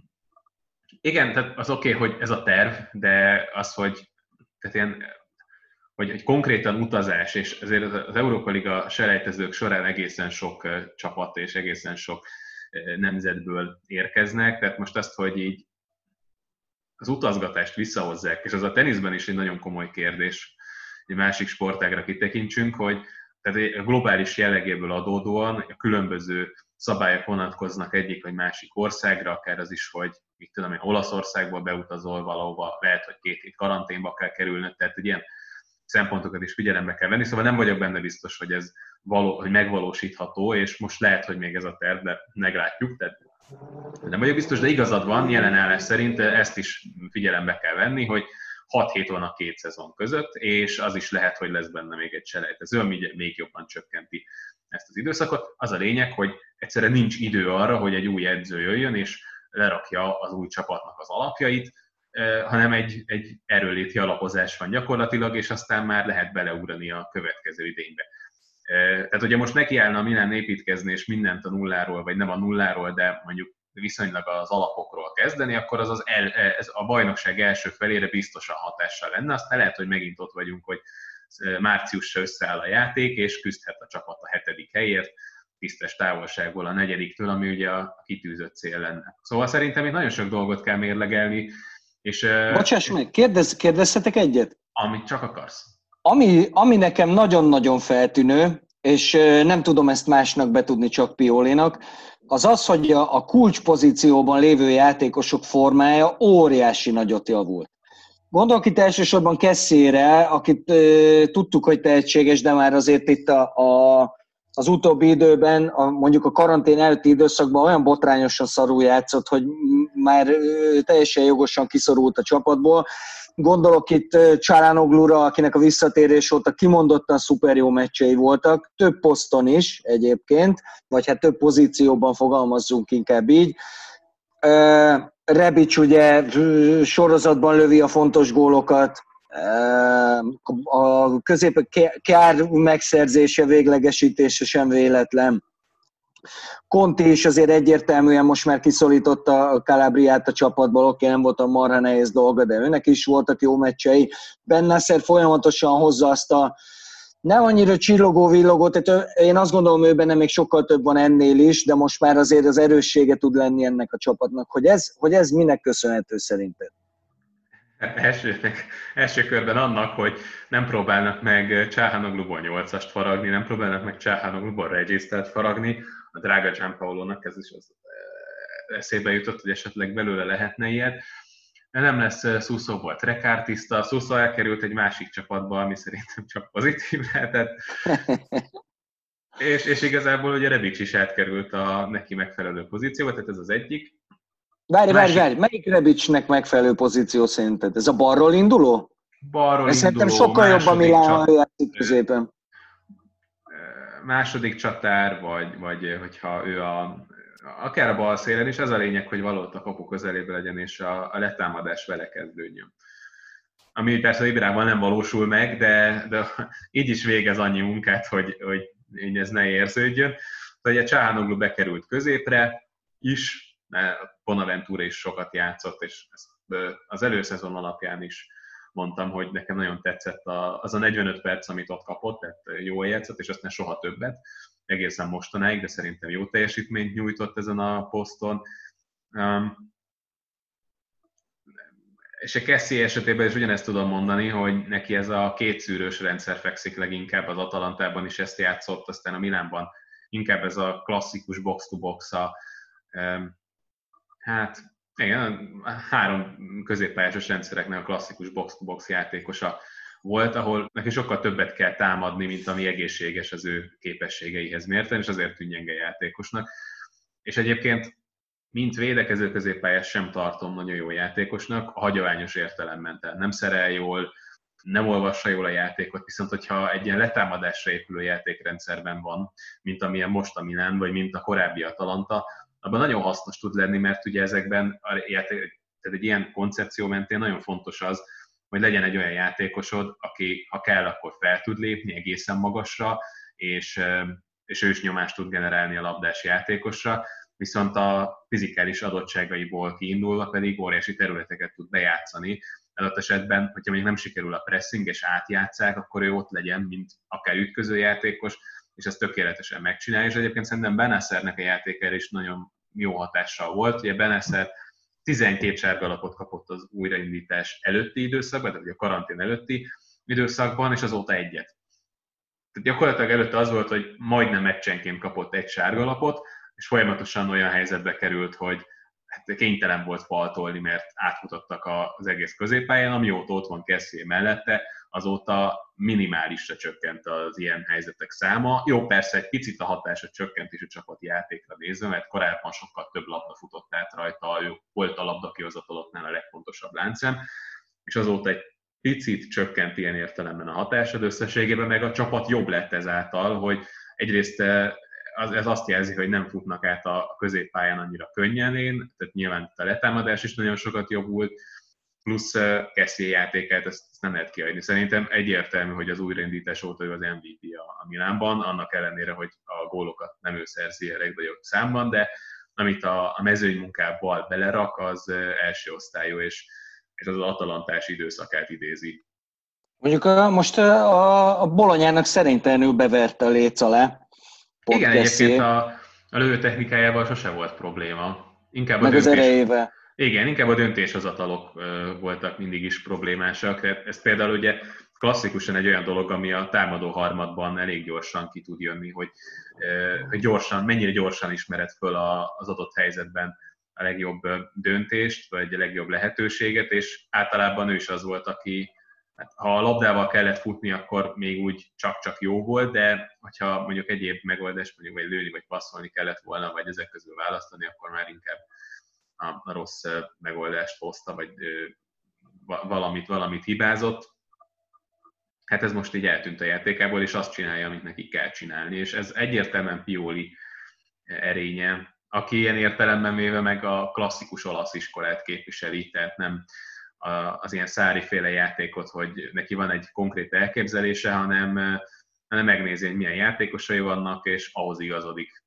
Igen, tehát az oké, okay, hogy ez a terv, de az, hogy, tehát ilyen, hogy, hogy konkrétan utazás, és ezért az Európa Liga selejtezők során egészen sok csapat és egészen sok nemzetből érkeznek, tehát most azt, hogy így az utazgatást visszahozzák, és az a teniszben is egy nagyon komoly kérdés, egy másik sportágra kitekintsünk, hogy tehát a globális jellegéből adódóan a különböző szabályok vonatkoznak egyik vagy másik országra, akár az is, hogy mit tudom én, Olaszországba beutazol valahova, lehet, hogy két hét karanténba kell kerülnöd, tehát egy ilyen szempontokat is figyelembe kell venni, szóval nem vagyok benne biztos, hogy ez való, hogy megvalósítható, és most lehet, hogy még ez a terv, de meglátjuk, tehát nem vagyok biztos, de igazad van, jelen állás szerint ezt is figyelembe kell venni, hogy hat hét van a két szezon között, és az is lehet, hogy lesz benne még egy selejtező, ami még jobban csökkenti ezt az időszakot. Az a lényeg, hogy egyszerűen nincs idő arra, hogy egy új edző jöjjön, és lerakja az új csapatnak az alapjait, hanem egy, egy erőléti alapozás van gyakorlatilag, és aztán már lehet beleugrani a következő idénybe. Tehát ugye most nekiállna a Milán építkezni, és mindent a nulláról, vagy nem a nulláról, de mondjuk viszonylag az alapokról kezdeni, akkor az, az el, ez a bajnokság első felére biztosan hatással lenne. Aztán lehet, hogy megint ott vagyunk, hogy márciusra összeáll a játék, és küzdhet a csapat a hetedik helyért, tisztes távolságból a negyediktől, ami ugye a kitűzött cél lenne. Szóval szerintem itt nagyon sok dolgot kell mérlegelni. És, bocsáss meg, kérdez, kérdezhetek egyet? Amit csak akarsz. Ami, ami nekem nagyon-nagyon feltűnő, és nem tudom ezt másnak betudni, csak Piolinak, az az, hogy a, a kulcspozícióban lévő játékosok formája óriási nagyot javult. Gondolok itt elsősorban Kessiére, akit e, tudtuk, hogy tehetséges, de már azért itt a, a, az utóbbi időben, a, mondjuk a karantén előtti időszakban olyan botrányosan szarul játszott, hogy már e, teljesen jogosan kiszorult a csapatból. Gondolok itt Çalhanoğlu'ra, akinek a visszatérés óta kimondottan szuper jó meccsei voltak, több poszton is egyébként, vagy hát több pozícióban fogalmazzunk inkább így. Rebic ugye sorozatban lövi a fontos gólokat, a közép kár megszerzése, véglegesítése sem véletlen. Conti is azért egyértelműen most már kiszólította a Calabriát a csapatból, oké, nem volt a marha nehéz dolga, de őnek is voltak jó meccsei. Ben Nasser folyamatosan hozza azt a Nem annyira csillogó-villogó, tehát én azt gondolom, ő benne még sokkal több van ennél is, de most már azért az erőssége tud lenni ennek a csapatnak. Hogy ez, hogy ez minek köszönhető szerinted? Első, első körben annak, hogy nem próbálnak meg Csáhanogluból nyolcast faragni, nem próbálnak meg Csáhanogluból regisztert faragni. A drága Gianpaolónak ez is az eszébe jutott, hogy esetleg belőle lehetne ilyet. Nem lesz Suso volt rekártiszta, Suso elkerült egy másik csapatba, ami szerintem csak pozitív lehetett. és, és igazából ugye Rebic is átkerült a neki megfelelő pozícióba, tehát ez az egyik. Várj, várj, várj, melyik Rebicnek megfelelő pozíció szerinted? Ez a balról induló? Balról Ez induló, szerintem sokkal jobb a Milánban játszik középen. Második csatár, vagy, vagy hogyha ő a, akár a bal szélen is, az a lényeg, hogy valót a kapu közelébe legyen, és a, a letámadás vele kezdődjön. Ami persze Ibrában nem valósul meg, de, de így is végez annyi munkát, hogy, hogy ez ne érződjön. Tehát a Csáhanoglu bekerült középre is, Bonaventura is sokat játszott, és ezt az előszezon alapján is mondtam, hogy nekem nagyon tetszett az a negyvenöt perc, amit ott kapott, tehát jól játszott, és aztán soha többet, egészen mostanáig, de szerintem jó teljesítményt nyújtott ezen a poszton. Um, és a Kessie esetében is ugyanezt tudom mondani, hogy neki ez a kétszűrős rendszer fekszik leginkább, az Atalantában is ezt játszott, aztán a Milánban inkább ez a klasszikus box-to-box-a. Um, hát igen, a három középpályásos rendszereknek a klasszikus box-to-box játékosa volt, ahol neki sokkal többet kell támadni, mint ami egészséges az ő képességeihez mérten, és azért tűn gyenge játékosnak. És egyébként mint védekező középpályás sem tartom nagyon jó játékosnak, a hagyományos értelemben, tehát nem szerel jól, nem olvassa jól a játékot, viszont hogyha egy ilyen letámadásra épülő játékrendszerben van, mint amilyen most a Milán, vagy mint a korábbi Atalanta, abban nagyon hasznos tud lenni, mert ugye ezekben, a játék, tehát egy ilyen koncepció mentén nagyon fontos az, hogy legyen egy olyan játékosod, aki ha kell, akkor fel tud lépni egészen magasra, és, és ő is nyomást tud generálni a labdás játékosra, viszont a fizikális adottságaiból kiindulva pedig óriási területeket tud bejátszani. Adott esetben, hogyha még nem sikerül a pressing és átjátszák, akkor ő ott legyen, mint akár ütközőjátékos, és ezt tökéletesen megcsinálja, és egyébként szerintem Benassernek a játékára is nagyon jó hatással volt. Ugye Benasser tizenkét sárgalapot kapott az újraindítás előtti időszakban, tehát a karantén előtti időszakban, és azóta egyet. Tehát gyakorlatilag előtte az volt, hogy majdnem meccsenként kapott egy sárgalapot, és folyamatosan olyan helyzetbe került, hogy hát kénytelen volt faltolni, mert átmutattak az egész középpályán, amióta ott van Kessie mellette, azóta minimálisra csökkent az ilyen helyzetek száma. Jó, persze egy picit a hatása csökkent is a csapati játékra nézve, mert korábban sokkal több labda futott át rajta, ő volt a labdakihozatalottnál a legfontosabb láncszem, és azóta egy picit csökkent ilyen értelemben a hatása, de összességében meg a csapat jobb lett ezáltal, hogy egyrészt ez azt jelzi, hogy nem futnak át a középpályán annyira könnyen, tehát nyilván a letámadás is nagyon sokat jobbult, plusz Kessie játékát, ezt, ezt nem lehet kiadni. Szerintem egyértelmű, hogy az újraindítás óta ő az em vé pé a, a Milánban, annak ellenére, hogy a gólokat nem ő szerzi a legnagyobb számban, de amit a, a mezőny munkából belerak, az első osztályú, és, és az Atalantás időszakát idézi. Mondjuk a, most a, a Bolonyának szerintelenül beverte a léc alá. Igen, egyébként a, a lövő technikájával sose volt probléma. Inkább meg a döntés, az erejével. Igen, inkább a döntéshozatalok voltak mindig is problémásak. Ez például ugye klasszikusan egy olyan dolog, ami a támadó harmadban elég gyorsan ki tud jönni, hogy, hogy gyorsan, mennyire gyorsan ismered föl az adott helyzetben a legjobb döntést, vagy a legjobb lehetőséget, és általában ő is az volt, aki hát, ha a labdával kellett futni, akkor még úgy csak-csak jó volt, de hogyha mondjuk egyéb megoldást, mondjuk vagy lőni, vagy passzolni kellett volna, vagy ezek közül választani, akkor már inkább a, a rossz megoldást hozta, vagy valamit, valamit hibázott. Hát ez most így eltűnt a játékából, és azt csinálja, amit neki kell csinálni, és ez egyértelműen Pioli erénye, aki ilyen értelemben véve meg a klasszikus olasz iskolát képviseli, tehát nem az ilyen Sarri-féle játékot, hogy neki van egy konkrét elképzelése, hanem, hanem megnézi, hogy milyen játékosai vannak, és ahhoz igazodik.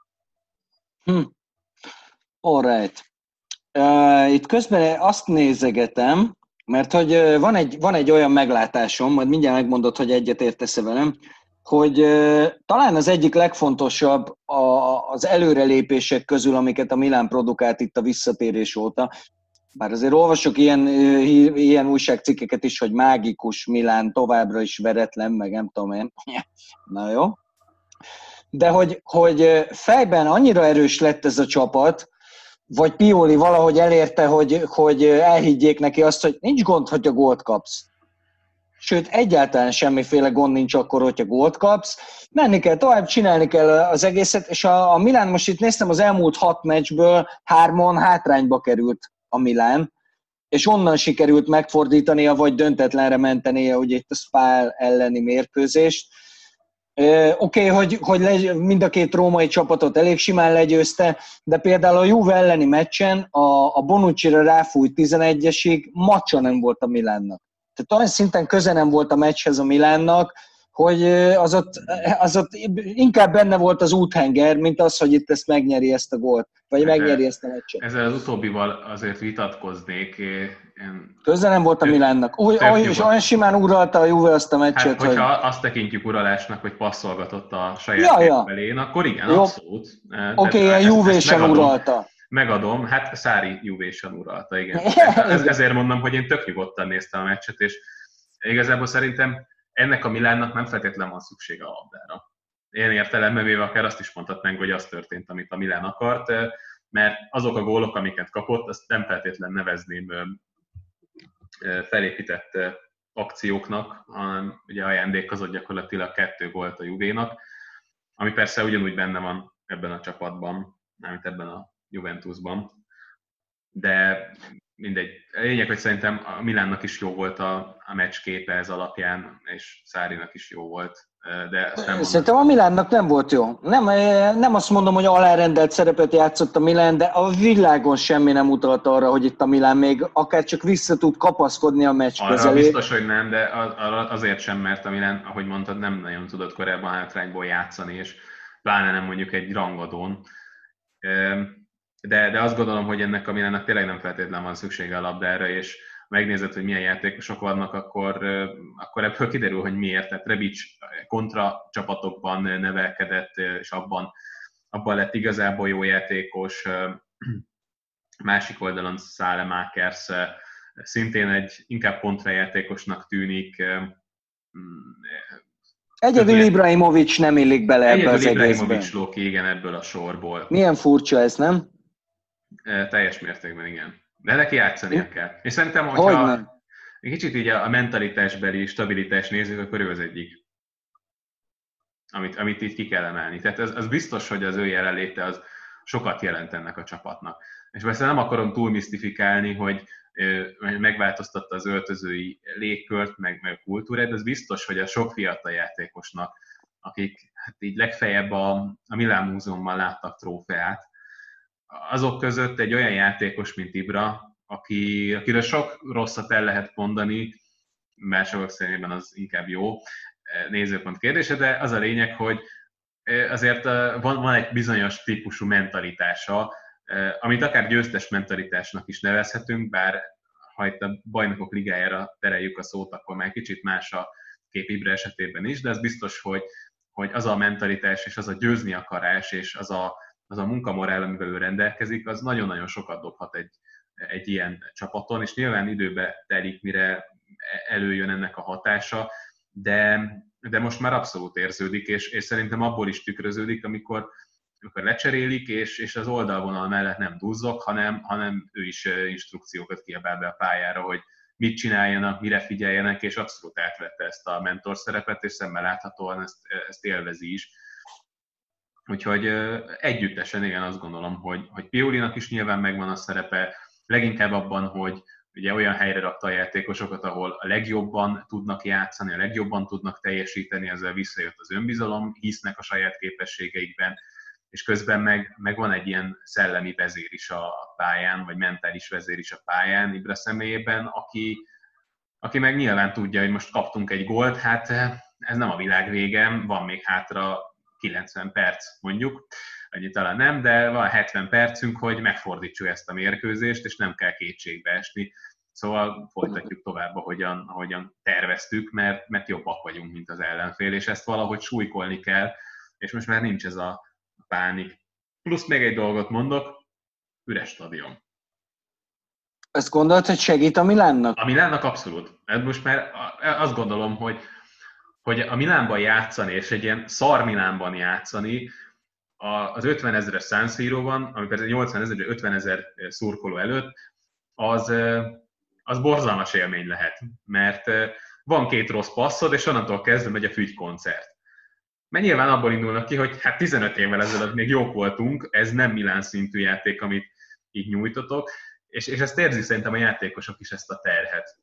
Hm. All right. Uh, itt közben azt nézegetem, Mert hogy van egy, van egy olyan meglátásom, majd mindjárt megmondod, hogy egyet értesz-e velem, hogy talán az egyik legfontosabb az előrelépések közül, amiket a Milán produkált itt a visszatérés óta, bár azért olvasok ilyen, ilyen újságcikkeket is, hogy mágikus Milán továbbra is veretlen, meg nem tudom én. Na jó. De hogy, hogy fejben annyira erős lett ez a csapat, vagy Pioli valahogy elérte, hogy, hogy elhiggyék neki azt, hogy nincs gond, hogyha gólt kapsz. Sőt, egyáltalán semmiféle gond nincs akkor, hogyha gólt kapsz. Menni kell tovább, csinálni kell az egészet, és a, a Milán, most itt néztem, az elmúlt hat meccsből hármon hátrányba került a Milán, és onnan sikerült megfordítania, vagy döntetlenre mentenie, ugye itt a Spal elleni mérkőzést. Oké, okay, hogy, hogy legy, mind a két római csapatot elég simán legyőzte, de például a Juve elleni meccsen a, a Bonucci-ra ráfújt tizenegyesig macsa nem volt a Milánnak. Tehát olyan szinten köze nem volt a meccshez a Milánnak, hogy az ott, az ott inkább benne volt az úthenger, mint az, hogy itt ezt megnyeri ezt a gólt, vagy ezzel, megnyeri ezt a meccset. Ezzel az utóbbival azért vitatkoznék. Én... Köze nem volt a Milánnak. Oly, oly, és olyan simán uralta a Juve azt a meccset, hát, hogyha hogy... azt tekintjük uralásnak, hogy passzolgatott a saját ja, ja. belén, akkor igen, jó. Abszolút. Oké, okay, a Juve-sen uralta. Megadom, hát Szári Juve-sen uralta, igen. Ez, ezért mondom, hogy én tök nyugodtan néztem a meccset, és igazából szerintem ennek a Milánnak nem feltétlenül van szüksége a labdára. Én értelemben véve akár azt is mondhatnánk, hogy az történt, amit a Milán akart, mert azok a gólok, amiket kapott, azt nem feltétlenül nevezném felépített akcióknak, hanem ugye ajándékozott gyakorlatilag kettő gólt a Juvénak, ami persze ugyanúgy benne van ebben a csapatban, mármint ebben a Juventusban. De mindegy. A lényeg, hogy szerintem a Milánnak is jó volt a, a meccs képe ez alapján, és Szárinak is jó volt. De azt nem szerintem a Milánnak nem volt jó. Nem, nem azt mondom, hogy alárendelt szerepet játszott a Milán, de a világon semmi nem utalt arra, hogy itt a Milán még akár csak vissza tud kapaszkodni a meccs arra közelé. Biztos, hogy nem, de azért sem, mert a Milán, ahogy mondtad, nem nagyon tudott korábban hátrányból játszani, és pláne nem mondjuk egy rangadón. De, de azt gondolom, hogy ennek a Milánnak tényleg nem feltétlenül van szüksége a labdára, és megnézed, hogy milyen játékosok vannak, akkor, akkor ebből kiderül, hogy miért. Tehát Rebic kontra csapatokban nevelkedett, és abban, abban lett igazából jó játékos. Másik oldalon Saelemaekers szintén egy inkább kontrajátékosnak tűnik. Egyedül Ibrahimovic nem illik bele ebbe az egészben. Egyedül Ibrahimovic ló ki, igen, ebből a sorból. Milyen furcsa ez, nem? Teljes mértékben, igen. De neki játszania kell. És szerintem, hogyha egy kicsit így a mentalitásbeli stabilitást nézzük, akkor ő az egyik, amit, amit itt ki kell emelni. Tehát az, az biztos, hogy az ő jelenléte az sokat jelent ennek a csapatnak. És persze nem akarom túl misztifikálni, hogy megváltoztatta az öltözői légkört, meg, meg a kultúrát, de az biztos, hogy a sok fiatal játékosnak, akik hát így legfeljebb a, a Milán Múzeumban láttak trófeát, azok között egy olyan játékos, mint Ibra, aki, akiről sok rosszat el lehet mondani, mások szemében az inkább jó nézőpont kérdése, de az a lényeg, hogy azért van, van egy bizonyos típusú mentalitása, amit akár győztes mentalitásnak is nevezhetünk, bár ha itt a Bajnokok Ligájára tereljük a szót, akkor már kicsit más a kép Ibra esetében is, de ez biztos, hogy, hogy az a mentalitás és az a győzni akarás és az a, az a munkamorál, amivel ő rendelkezik, az nagyon-nagyon sokat dobhat egy, egy ilyen csapaton, és nyilván időbe telik, mire előjön ennek a hatása, de, de most már abszolút érződik, és, és szerintem abból is tükröződik, amikor amikor lecserélik, és, és az oldalvonal mellett nem duzzog, hanem, hanem ő is instrukciókat kiabál be a pályára, hogy mit csináljanak, mire figyeljenek, és abszolút átvette ezt a mentor szerepet, és szemmel láthatóan ezt, ezt élvezi is. Úgyhogy együttesen igen, azt gondolom, hogy, hogy Piolinak is nyilván megvan a szerepe, leginkább abban, hogy ugye olyan helyre rakta a játékosokat, ahol a legjobban tudnak játszani, a legjobban tudnak teljesíteni, ezzel visszajött az önbizalom, hisznek a saját képességeikben, és közben meg, meg van egy ilyen szellemi vezér is a pályán, vagy mentális vezér is a pályán Ibra személyében, aki, aki meg nyilván tudja, hogy most kaptunk egy gólt, hát ez nem a világ vége, van még hátra kilencven perc mondjuk, annyi talán nem, de van hetven percünk, hogy megfordítsuk ezt a mérkőzést, és nem kell kétségbe esni. Szóval folytatjuk tovább, ahogyan, ahogyan terveztük, mert, mert jobbak vagyunk, mint az ellenfél, és ezt valahogy súlykolni kell, és most már nincs ez a pánik. Plusz még egy dolgot mondok, üres stadion. Ezt gondolod, hogy segít a Milánnak? A Milánnak abszolút. Most már azt gondolom, hogy, hogy a Milánban játszani, és egy ilyen szar Milánban játszani, az ötven ezeres San Siróban, ami persze nyolcvan ezer, ötven ezer szurkoló előtt, az, az borzalmas élmény lehet, mert van két rossz passzod, és onnantól kezdve megy a fügykoncert. Mert nyilván abból indulnak ki, hogy hát tizenöt évvel ezelőtt még jók voltunk, ez nem Milán szintű játék, amit így nyújtotok, és, és ezt érzi szerintem a játékosok is, ezt a terhet.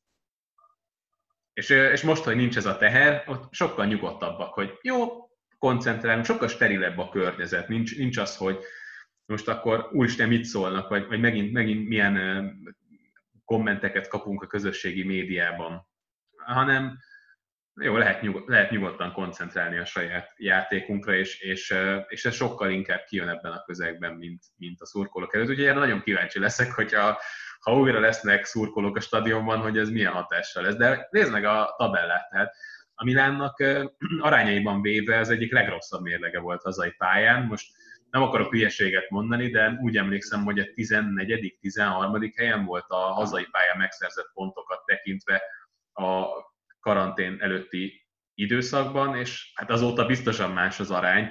És, és most, hogy nincs ez a teher, ott sokkal nyugodtabbak, hogy jó, koncentrálunk, sokkal sterilebb a környezet, nincs, nincs az, hogy most akkor úristen mit szólnak, vagy, vagy megint, megint milyen kommenteket kapunk a közösségi médiában, hanem jó, lehet, nyugod, lehet nyugodtan koncentrálni a saját játékunkra, és, és, és ez sokkal inkább kijön ebben a közegben, mint, mint a szurkolók előtt. Úgyhogy erre nagyon kíváncsi leszek, hogyha ha újra lesznek szurkolók a stadionban, hogy ez milyen hatással lesz. De nézd meg a tabellát, tehát a Milánnak arányaiban véve ez egyik legrosszabb mérlege volt hazai pályán. Most nem akarok hülyeséget mondani, de úgy emlékszem, hogy a tizennegyedik tizenharmadik helyen volt a hazai pályán megszerzett pontokat tekintve a karantén előtti időszakban, és hát azóta biztosan más az arány,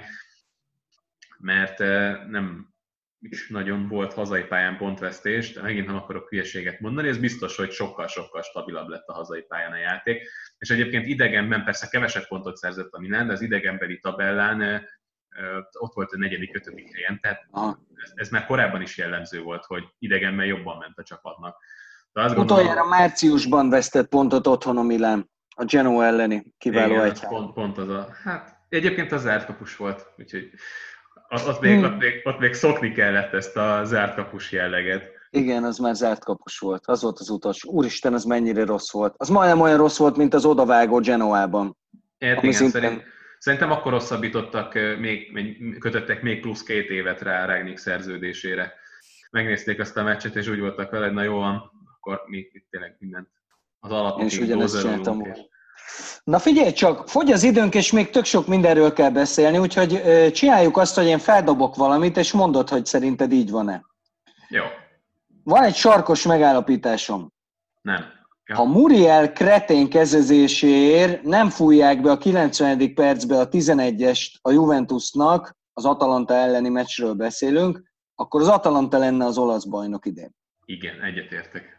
mert nem is nagyon volt hazai pályán pontvesztés, de megint nem akarok hülyeséget mondani, ez biztos, hogy sokkal-sokkal stabilabb lett a hazai pályán a játék, és egyébként idegenben persze kevesebb pontot szerzett a Milán, de az idegenbeli tabellán ott volt a negyedik, ötödik helyen, tehát ez, ez már korábban is jellemző volt, hogy idegenben jobban ment a csapatnak. Utoljára márciusban vesztett pontot otthon a Milán, a Genoa elleni kiváló egy. Pont, pont az a, hát egyébként az zárt kapus volt, úgyhogy ott még, hmm. ott, még, ott még szokni kellett ezt a zárt kapus jelleget. Igen, az már zárt kapus volt, az volt az utolsó. Úristen, az mennyire rossz volt. Az majdnem olyan rossz volt, mint az odavágó Genoában. Ért, igen, szinten... szerint, szerintem akkor rosszabbítottak, még, kötöttek még plusz két évet rá Rangnick szerződésére. Megnézték azt a meccset, és úgy voltak vele, hogy na jó van, akkor mi itt tényleg mindent az alapokig dózerolunk. Na figyelj csak, fogy az időnk, és még tök sok mindenről kell beszélni, úgyhogy csináljuk azt, hogy én feldobok valamit, és mondod, hogy szerinted így van-e. Jó. Van egy sarkos megállapításom. Nem. Ja. Ha Muriel kretén kezezéséért nem fújják be a kilencvenedik percbe a tizenegyest a Juventusnak, az Atalanta elleni meccsről beszélünk, akkor az Atalanta lenne az olasz bajnok idén. Igen, egyetértek.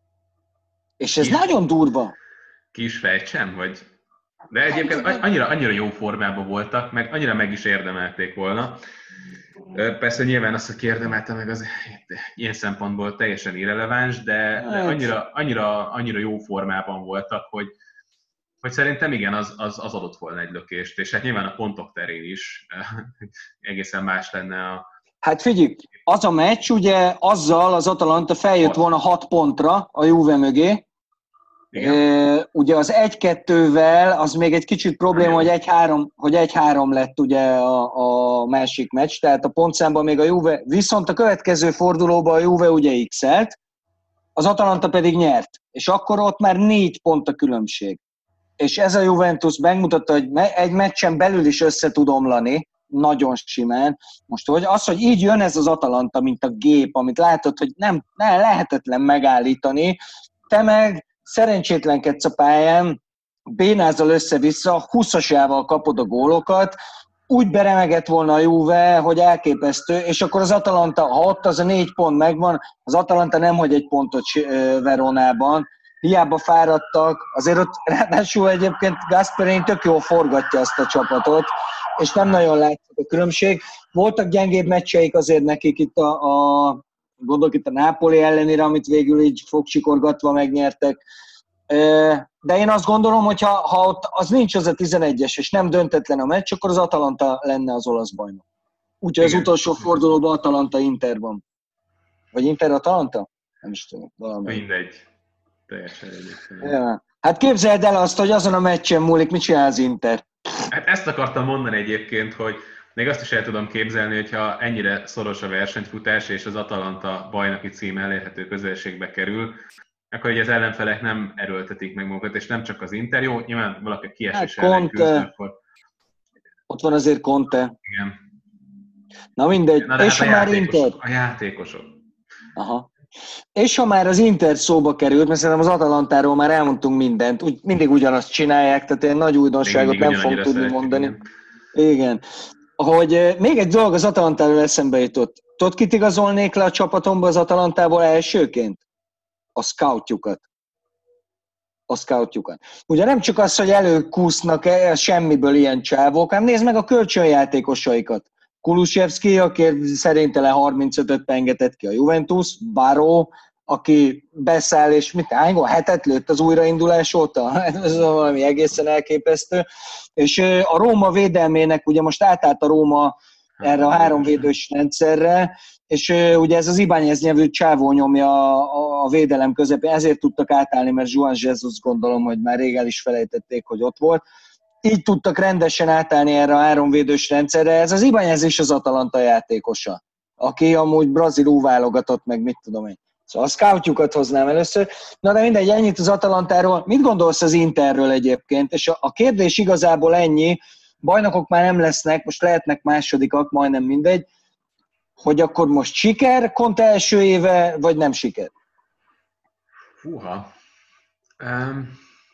És ez Kis... nagyon durva. Ki is fejtsem, vagy... De egyébként annyira, annyira jó formában voltak, meg annyira meg is érdemelték volna. Persze nyilván azt, hogy kiérdemelte meg, az ilyen szempontból teljesen irreleváns, de, de annyira, annyira, annyira jó formában voltak, hogy, hogy szerintem igen, az, az, az adott volna egy lökést, és hát nyilván a pontok terén is egészen más lenne a... Hát figyelj, az a meccs ugye azzal az Atalanta feljött volna hat pontra a Juve mögé. Igen. Ugye az egy-kettővel az még egy kicsit probléma, hogy egy-három, hogy egy-három lett ugye a, a másik meccs, tehát a pontszámban még a Juve, viszont a következő fordulóban a Juve ugye x-elt, az Atalanta pedig nyert, és akkor ott már négy pont a különbség. És ez a Juventus megmutatta, hogy egy meccsen belül is össze tud omlani, nagyon simán. Most hogy az, hogy így jön ez az Atalanta, mint a gép, amit látod, hogy nem, nem lehetetlen megállítani, te meg szerencsétlenkedsz a pályán, bénázol össze-vissza, húszasával kapod a gólokat, úgy beremegett volna a Juve, hogy elképesztő, és akkor az Atalanta, ha ott az a négy pont megvan, az Atalanta nem hagy egy pontot Veronában, hiába fáradtak, azért ott ráadásul egyébként Gasperini tök jól forgatja azt a csapatot, és nem nagyon látszik a különbség. Voltak gyengébb meccseik azért nekik itt a, a gondolok itt a Napoli ellenére, amit végül így fogcsikorgatva megnyertek. De én azt gondolom, hogy ha, ha ott az nincs az a tizenegyes, és nem döntetlen a meccs, akkor az Atalanta lenne az olasz bajnok. Úgyhogy az utolsó fordulóban Atalanta-Inter van. Vagy Inter-Atalanta? Nem is tudom. Valami. Mindegy. Teljesen egyébként. Ja. Hát képzeld el azt, hogy azon a meccsen múlik, mit csinál az Inter. Hát ezt akartam mondani egyébként, hogy még azt is el tudom képzelni, hogyha ennyire szoros a versenyfutás, és az Atalanta bajnoki cím elérhető közelségbe kerül, Akkor ugye az ellenfelek nem erőltetik meg magukat, és nem csak az Inter, jó, nyilván valaki kiesés Hát ellen küzd, Conte, akkor... ott van azért Conte. Igen. Na mindegy, Na de és hát a ha már játékosok, Inter... a játékosok. Aha. És ha már az Inter szóba került, mert szerintem az Atalantáról már elmondtunk mindent, úgy, mindig ugyanazt csinálják, tehát én nagy újdonságot nem fogok tudni mondani. Igen. igen. Hogy még egy dolog az Atalantáról eszembe jutott. Tudod, kit igazolnék le a csapatomba az Atalantából elsőként? A scoutjukat. A scoutjukat. Ugye nem csak az, hogy előkúsznak semmiből ilyen csávók, hanem nézd meg a kölcsönjátékosaikat. Kulusevski, aki szerintelen harmincötöt pengetett ki a Juventus, Baró, aki beszáll, és mit, hány gól? Hetet lőtt az újraindulás óta? Ez valami egészen elképesztő. És a Róma védelmének, ugye most átállt a Róma erre a háromvédős rendszerre, és ugye ez az Ibáñez nyelvű csávó nyomja a védelem közepén, ezért tudtak átállni, mert Juan Jesus gondolom, hogy már rég el is felejtették, hogy ott volt. Így tudtak rendesen átállni erre a háromvédős rendszerre. Ez az Ibáñez is az Atalanta játékosa, aki amúgy brazil válogatott, meg mit tudom én. Szóval a scoutjukat hoznám először. Na de mindegy, ennyit az Atalantáról. Mit gondolsz az Interről egyébként? És a kérdés igazából ennyi, bajnokok már nem lesznek, most lehetnek másodikak, majdnem mindegy, hogy akkor most siker, Conte első éve, vagy nem siker? Húha. Um,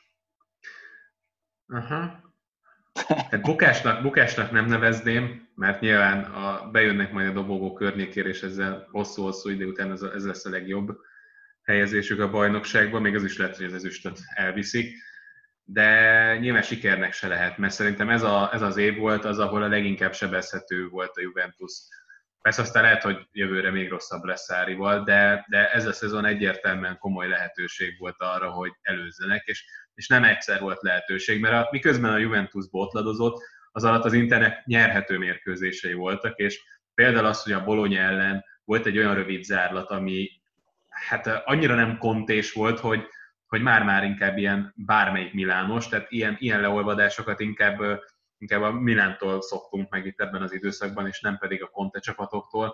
aha. Hát bukásnak, bukásnak nem nevezném, mert nyilván a, bejönnek majd a dobogó környékére, és ezzel hosszú-hosszú idő után ez, a, ez lesz a legjobb helyezésük a bajnokságban, még az is lehet, hogy az ezüstöt elviszik, de nyilván sikernek se lehet, mert szerintem ez, a, ez az év volt az, ahol a leginkább sebezhető volt a Juventus. Persze aztán lehet, hogy jövőre még rosszabb lesz Sarrival, de, de ez a szezon egyértelműen komoly lehetőség volt arra, hogy előzzenek, és, és nem egyszer volt lehetőség, mert a, miközben a Juventus botladozott, az alatt az Internek nyerhető mérkőzései voltak, és például az, hogy a Bologna ellen volt egy olyan rövid zárlat, ami hát annyira nem kontés volt, hogy, hogy már-már inkább ilyen bármelyik Milános, tehát ilyen, ilyen leolvadásokat inkább inkább a Milántól szoktunk meg itt ebben az időszakban, és nem pedig a Conte csapatoktól.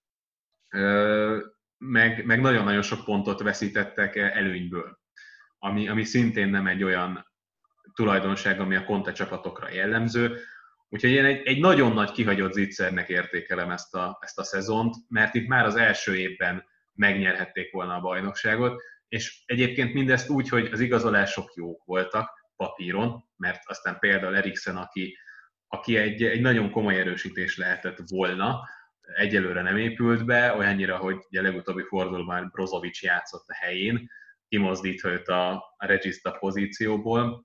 Meg, meg nagyon-nagyon sok pontot veszítettek előnyből, ami, ami szintén nem egy olyan tulajdonság, ami a Conte csapatokra jellemző. Úgyhogy én egy, egy nagyon nagy kihagyott zicsernek értékelem ezt a, ezt a szezont, mert itt már az első évben megnyerhették volna a bajnokságot, és egyébként mindezt úgy, hogy az igazolások jók voltak, papíron, mert aztán például Eriksen, aki, aki egy, egy nagyon komoly erősítés lehetett volna, egyelőre nem épült be, olyannyira, hogy ugye legutóbbi fordulóban Brozovic játszott a helyén, kimozdítva őt a, a regista pozícióból.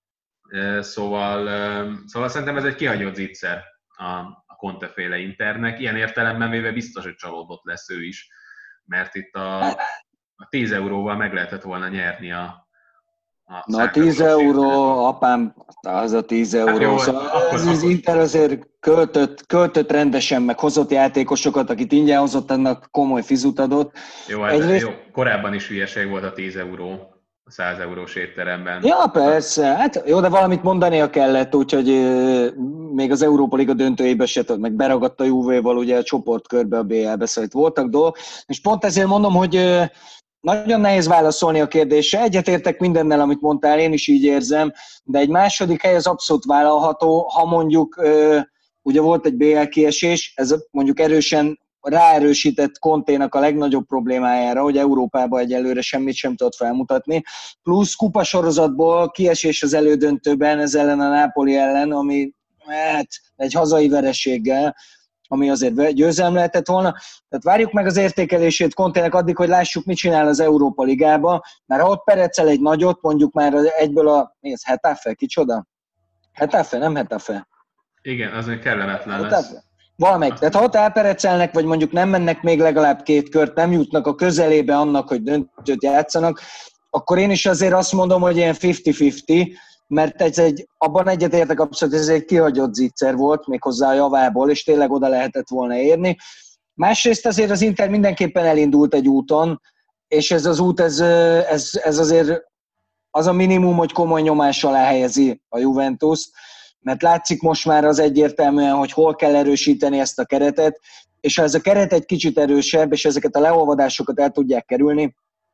Szóval, szóval szerintem ez egy kihagyott zicser a, a Conte-féle Internek. Ilyen értelemben véve biztos, hogy csalódott lesz ő is, mert itt a, a tíz euróval meg lehetett volna nyerni a Na, tíz euró, apám, az a tíz euró. Hát jó, szóval akkor, ez az Inter azért költött, költött rendesen, meg hozott játékosokat, akit ingyen hozott, annak komoly fizut adott. Jó, Egyrészt... jó, korábban is hülyeség volt a tíz euró a száz eurós étteremben. Ja, persze. Hát jó, de valamit mondania kellett, úgyhogy még az Európa Liga döntőjébe se tudott, meg beragadt a Juvéval ugye a csoportkörbe a bé el-be, szóval voltak dolgok. És pont ezért mondom, hogy nagyon nehéz válaszolni a kérdésre. Egyetértek mindennel, amit mondtál, én is így érzem, de egy második hely az abszolút vállalható, ha mondjuk ugye volt egy bé el kiesés, ez mondjuk erősen ráerősített Conténak a legnagyobb problémájára, hogy Európában egyelőre semmit sem tudott felmutatni, plusz kupasorozatból kiesés az elődöntőben, ez ellen a Napoli ellen, ami hát egy hazai vereséggel, ami azért győzelem lehetett volna. Tehát várjuk meg az értékelését Contének addig, hogy lássuk, mit csinál az Európa Ligába, mert ha ott perecel egy nagyot, mondjuk már egyből a... Mi ez? Hetafe? Kicsoda? Hetafe? Nem Hetafe? Igen, az még kellemetlen lesz. Valamelyik. Tehát ha ott elperecelnek, vagy mondjuk nem mennek még legalább két kört, nem jutnak a közelébe annak, hogy döntőt játszanak, akkor én is azért azt mondom, hogy ilyen fifty-fifty, mert ez egy, abban egyetértek abszolút, ez egy kihagyott zicser volt, méghozzá a javából, és tényleg oda lehetett volna érni. Másrészt azért az Inter mindenképpen elindult egy úton, és ez az út, ez, ez, ez azért az a minimum, hogy komoly nyomás alá helyezi a Juventus, mert látszik most már az egyértelműen, hogy hol kell erősíteni ezt a keretet, és ha ez a keret egy kicsit erősebb, és ezeket a leolvadásokat el tudják kerülni,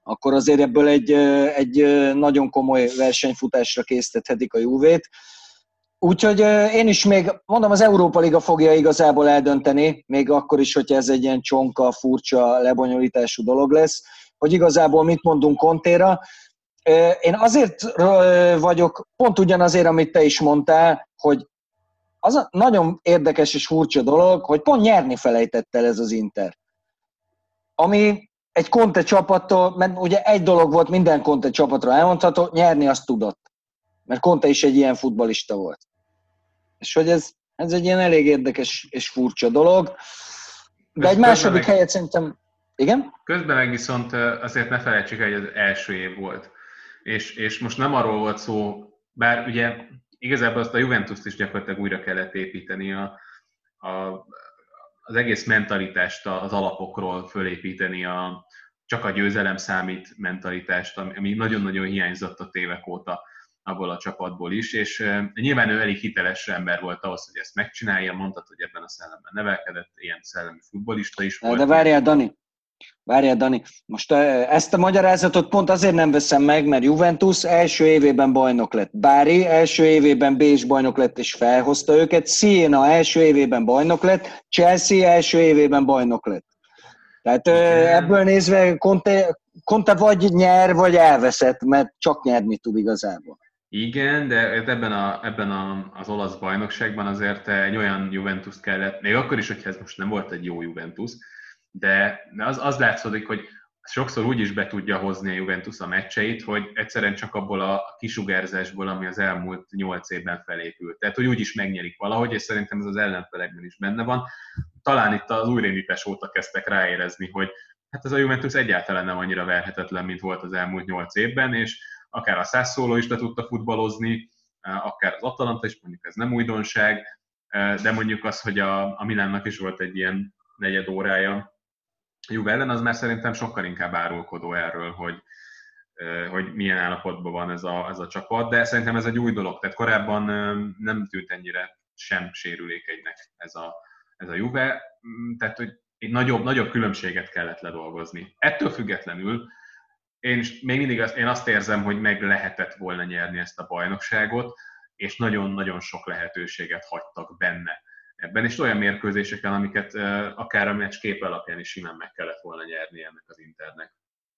akkor azért ebből egy, egy nagyon komoly versenyfutásra késztethetik a Juvét. Úgyhogy én is még, mondom, az Európa Liga fogja igazából eldönteni, még akkor is, hogyha ez egy ilyen csonka, furcsa, lebonyolítású dolog lesz, hogy igazából mit mondunk Contéra. Én azért vagyok, pont ugyanazért, amit te is mondtál, hogy az a nagyon érdekes és furcsa dolog, hogy pont nyerni felejtett el ez az Inter. Ami egy Conte csapattól, mert ugye egy dolog volt minden Conte csapatra elmondható, nyerni azt tudott. Mert Conte is egy ilyen futballista volt. És hogy ez, ez egy ilyen elég érdekes és furcsa dolog. De egy második meg, helyet szerintem... Igen? Közben meg viszont azért ne felejtsük el, hogy az első év volt. És, és most nem arról volt szó, bár ugye igazából azt a Juventust is gyakorlatilag újra kellett építeni, a, a, az egész mentalitást az alapokról fölépíteni, a, csak a győzelem számít mentalitást, ami nagyon-nagyon hiányzott a évek óta abból a csapatból is, és uh, nyilván ő elég hiteles ember volt ahhoz, hogy ezt megcsinálja, mondtad, hogy ebben a szellemben nevelkedett, ilyen szellemi futballista is volt. De várjál, Dani, várjál, Dani, most ezt a magyarázatot pont azért nem veszem meg, mert Juventus első évében bajnok lett. Bari első évében Bécs bajnok lett és felhozta őket, Siena első évében bajnok lett, Chelsea első évében bajnok lett. Tehát igen. Ebből nézve Conte, Conte vagy nyer, vagy elveszett, mert csak nyerni tud igazából. Igen, de ebben, a, ebben a, az olasz bajnokságban azért egy olyan Juventus kellett, még akkor is, hogyha ez most nem volt egy jó Juventus, de az, az látszódik, hogy sokszor úgy is be tudja hozni a Juventus a meccseit, hogy egyszerűen csak abból a kisugárzásból, ami az elmúlt nyolc évben felépült. Tehát, hogy úgy is megnyerik valahogy, és szerintem ez az ellenfelekben is benne van. Talán itt az újraindítás óta kezdtek ráérezni, hogy hát ez a Juventus egyáltalán nem annyira verhetetlen, mint volt az elmúlt nyolc évben, és akár a Sassuolo is le tudta futballozni, akár az Atalanta is, mondjuk ez nem újdonság, de mondjuk az, hogy a, a Milánnak is volt egy ilyen negyed órája Juve ellen, az már szerintem sokkal inkább árulkodó erről, hogy, hogy milyen állapotban van ez a, ez a csapat, de szerintem ez egy új dolog, tehát korábban nem tűnt ennyire sem sérülékenynek ez a, ez a Juve, tehát hogy egy nagyobb, nagyobb különbséget kellett ledolgozni. Ettől függetlenül én még mindig azt, én azt érzem, hogy meg lehetett volna nyerni ezt a bajnokságot, és nagyon-nagyon sok lehetőséget hagytak benne ebben, és olyan mérkőzéseken, amiket akár a meccs kép alapján is simán meg kellett volna nyerni ennek az Internek.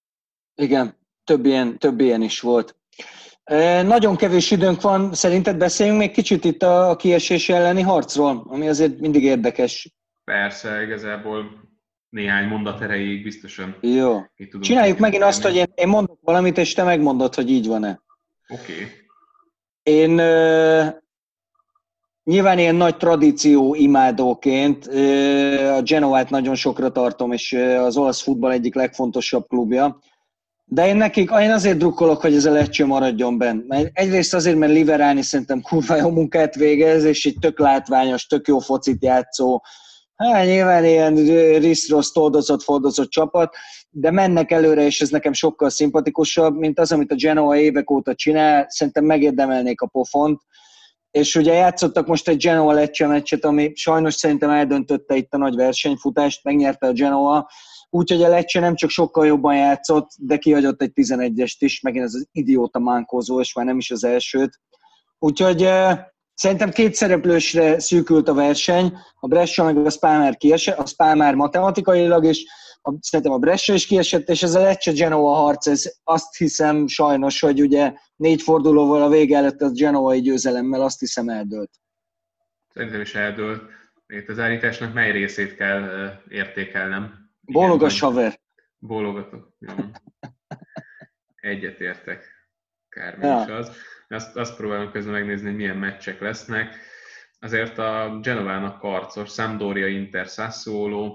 Igen, több ilyen, több ilyen is volt. E, nagyon kevés időnk van, szerinted beszéljünk még kicsit itt a kiesés elleni harcról, ami azért mindig érdekes. Persze, igazából néhány mondat erejéig biztosan. Jó. Csináljuk megint azt, hogy én, én mondok valamit, és te megmondod, hogy így van-e. Oké. Okay. Én uh, nyilván ilyen nagy tradíció imádóként uh, a Genoát nagyon sokra tartom, és uh, az olasz futball egyik legfontosabb klubja. De én nekik, én azért drukkolok, hogy ez a Lecce maradjon benn. Egyrészt azért, mert Liverani szerintem kurva jó munkát végez, és egy tök látványos, tök jó focit játszó, hát nyilván ilyen risz-rossz, toldozott, fordozott csapat, de mennek előre, és ez nekem sokkal szimpatikusabb, mint az, amit a Genoa évek óta csinál. Szerintem megérdemelnék a pofont. És ugye játszottak most egy Genoa-Lecce meccset, ami sajnos szerintem eldöntötte itt a nagy versenyfutást, megnyerte a Genoa, úgyhogy a Lecce nem csak sokkal jobban játszott, de kihagyott egy tizenegyest is, megint ez az idióta mánkózó, és már nem is az elsőt. Úgyhogy szerintem két szereplősre szűkült a verseny, a Brescia meg a Spalmár kiesett, a Spalmár matematikailag, és a, szerintem a Brescia is kiesett, és ez a Lecce-Genoa harc, ez azt hiszem sajnos, hogy ugye négy fordulóval a vége előtt a genoai győzelemmel azt hiszem eldőlt. Szerintem is eldőlt. Itt az állításnak mely részét kell uh, értékelnem? Bólogass, haver! Bólogatok. Egyetértek. Kármi ja. is az. Azt, azt próbálom közben megnézni, hogy milyen meccsek lesznek. Azért a Genovának karcos, Sampdoria, Inter, Sassuolo,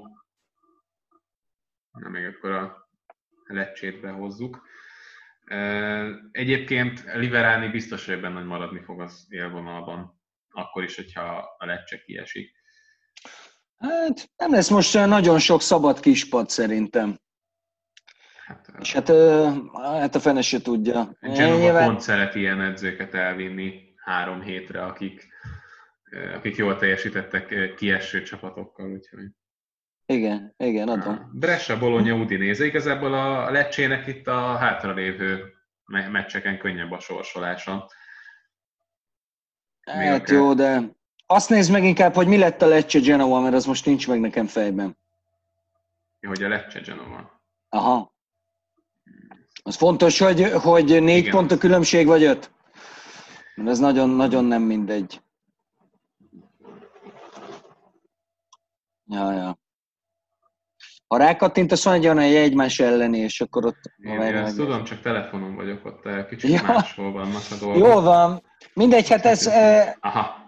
na még akkor a Leccét behozzuk. Egyébként Liverani biztos, hogy benne maradni fog az élvonalban, akkor is, hogyha a Lecce kiesik. Hát nem lesz most nagyon sok szabad kispad szerintem. Hát, és hát, hát a fene se tudja. Genova nyilván... pont szeret ilyen edzőket elvinni három hétre, akik, akik jól teljesítettek kieső csapatokkal. Úgyhogy. Igen, igen, adom. Brescia, Bologna, Udinese. Igazából a Lecce-nek itt a hátralévő meccseken könnyebb a sorsolása. Hát jó, de azt nézd meg inkább, hogy mi lett a Lecce Genova, mert az most nincs meg nekem fejben. Ja, hogy a Lecce Genova. Aha. Az fontos, hogy, hogy négy Igen. pont a különbség, vagy öt? Mert ez nagyon-nagyon nem mindegy. Ja, ja. Ha rákattintasz, van egy olyan egymás elleni, és akkor ott... Én ezt tudom, csak telefonon vagyok ott, kicsit ja. máshol vannak a dolgok. Jól van. Mindegy, hát ez... Aha.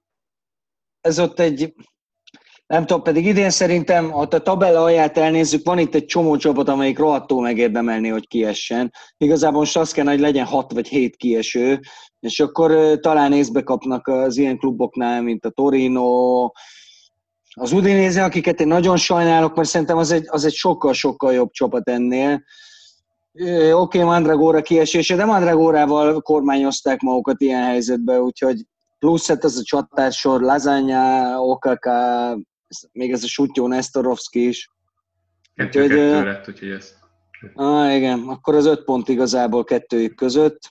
Ez ott egy... Nem tudom, pedig idén szerintem, ha a tabella alját elnézzük, van itt egy csomó csapat, amelyik rohadtul megérdemelni, hogy kiessen. Igazából most azt kell, hogy legyen hat vagy hét kieső, és akkor talán észbe kapnak az ilyen kluboknál, mint a Torino, az Udinese, akiket én nagyon sajnálok, mert szerintem az egy, az egy sokkal-sokkal jobb csapat ennél. Oké, okay, Mandragora kiesése, de Mandragorával kormányozták magukat ilyen helyzetben, úgyhogy plusz hát az a csatársor, Lasagna, Okaka, még ez a Sutyó Nestorovszki is. Kettő-kettő uh, lett, úgyhogy ezt... Ah, igen, akkor az öt pont igazából kettőjük között.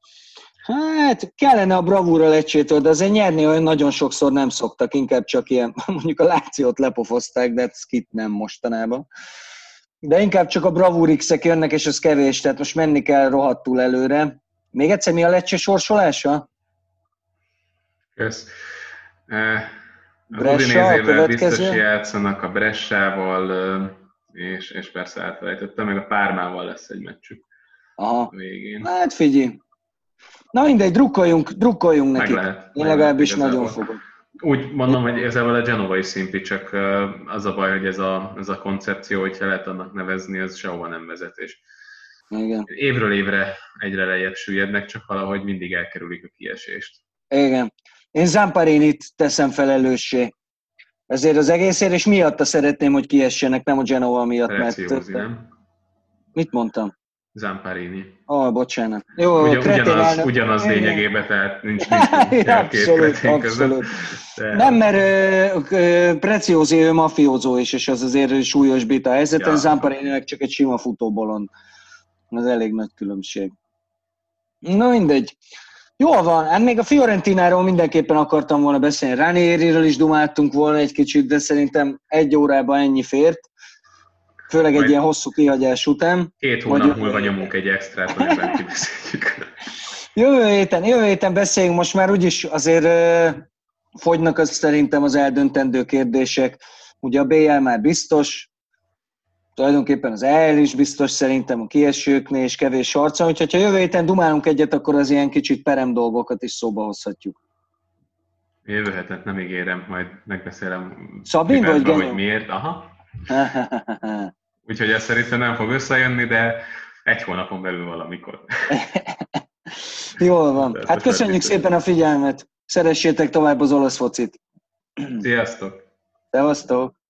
Hát kellene a bravúra Lecsétől, de azért nyerni olyan nagyon sokszor nem szoktak, inkább csak ilyen, mondjuk a Lációt lepofozták, de ez kit nem mostanában. De inkább csak a bravúr X-ek jönnek, és az kevés, tehát most menni kell rohadtul előre. Még egyszer, mi a Lecce sorsolása? Kösz. Az Udinézével biztos játszanak, a Bressával, és, és persze elfelejtettem, meg a Pármával lesz egy meccsük. Aha. Végén. Hát figyelj. Na mindegy, drukkoljunk, drukkoljunk nekik. Meg lehet. Én legalábbis nagyon fogok. Úgy mondom, hogy ezzel a genovai szimpi, csak az a baj, hogy ez a, ez a koncepció, hogyha lehet annak nevezni, az sehova nem vezet. És igen. Évről évre egyre lejjebb süllyednek, csak valahogy mindig elkerülik a kiesést. Igen. Én Zamparinit teszem felelőssé. Ezért az egészért, és miatta szeretném, hogy kiessenek, nem a Genova miatt. Preciózi, mert... nem? Mit mondtam? Zamparini. Ó, oh, bocsánat. Jó, Ugyan, ugyanaz, állna... ugyanaz lényegében, tehát nincs, nincs, nincs abszolút, abszolút. De... Nem, mert uh, Preciózi, ő mafiózó is, és az azért súlyosbít a helyzeten. Ja. Zamparini csak egy sima futóbolond. Ez elég nagy különbség. Na mindegy. Jól van, hát még a Fiorentináról mindenképpen akartam volna beszélni. Ranieriről is dumáltunk volna egy kicsit, de szerintem egy órában ennyi fért. Főleg egy Majd ilyen hosszú kihagyás után. Két hónap hogy... múlva nyomunk egy extrát, amiben kibeszéljük. Jövő héten, jövő héten beszéljünk, most már úgyis azért uh, fogynak az szerintem az eldöntendő kérdések. Ugye a bé el már biztos, tulajdonképpen az á el is biztos szerintem a kiesőknél, és kevés arcon, úgyhogy ha jövő héten dumálunk egyet, akkor az ilyen kicsit perem dolgokat is szóba hozhatjuk. Jövő hetet nem ígérem, majd megbeszélem. Szabin vagy Genyó? Hogy miért, aha. Úgyhogy ez szerintem nem fog összejönni, de egy hónapon belül valamikor. Jól van. Hát köszönjük szépen a figyelmet. Szeressétek tovább az olasz focit. Sziasztok! Szevasztok!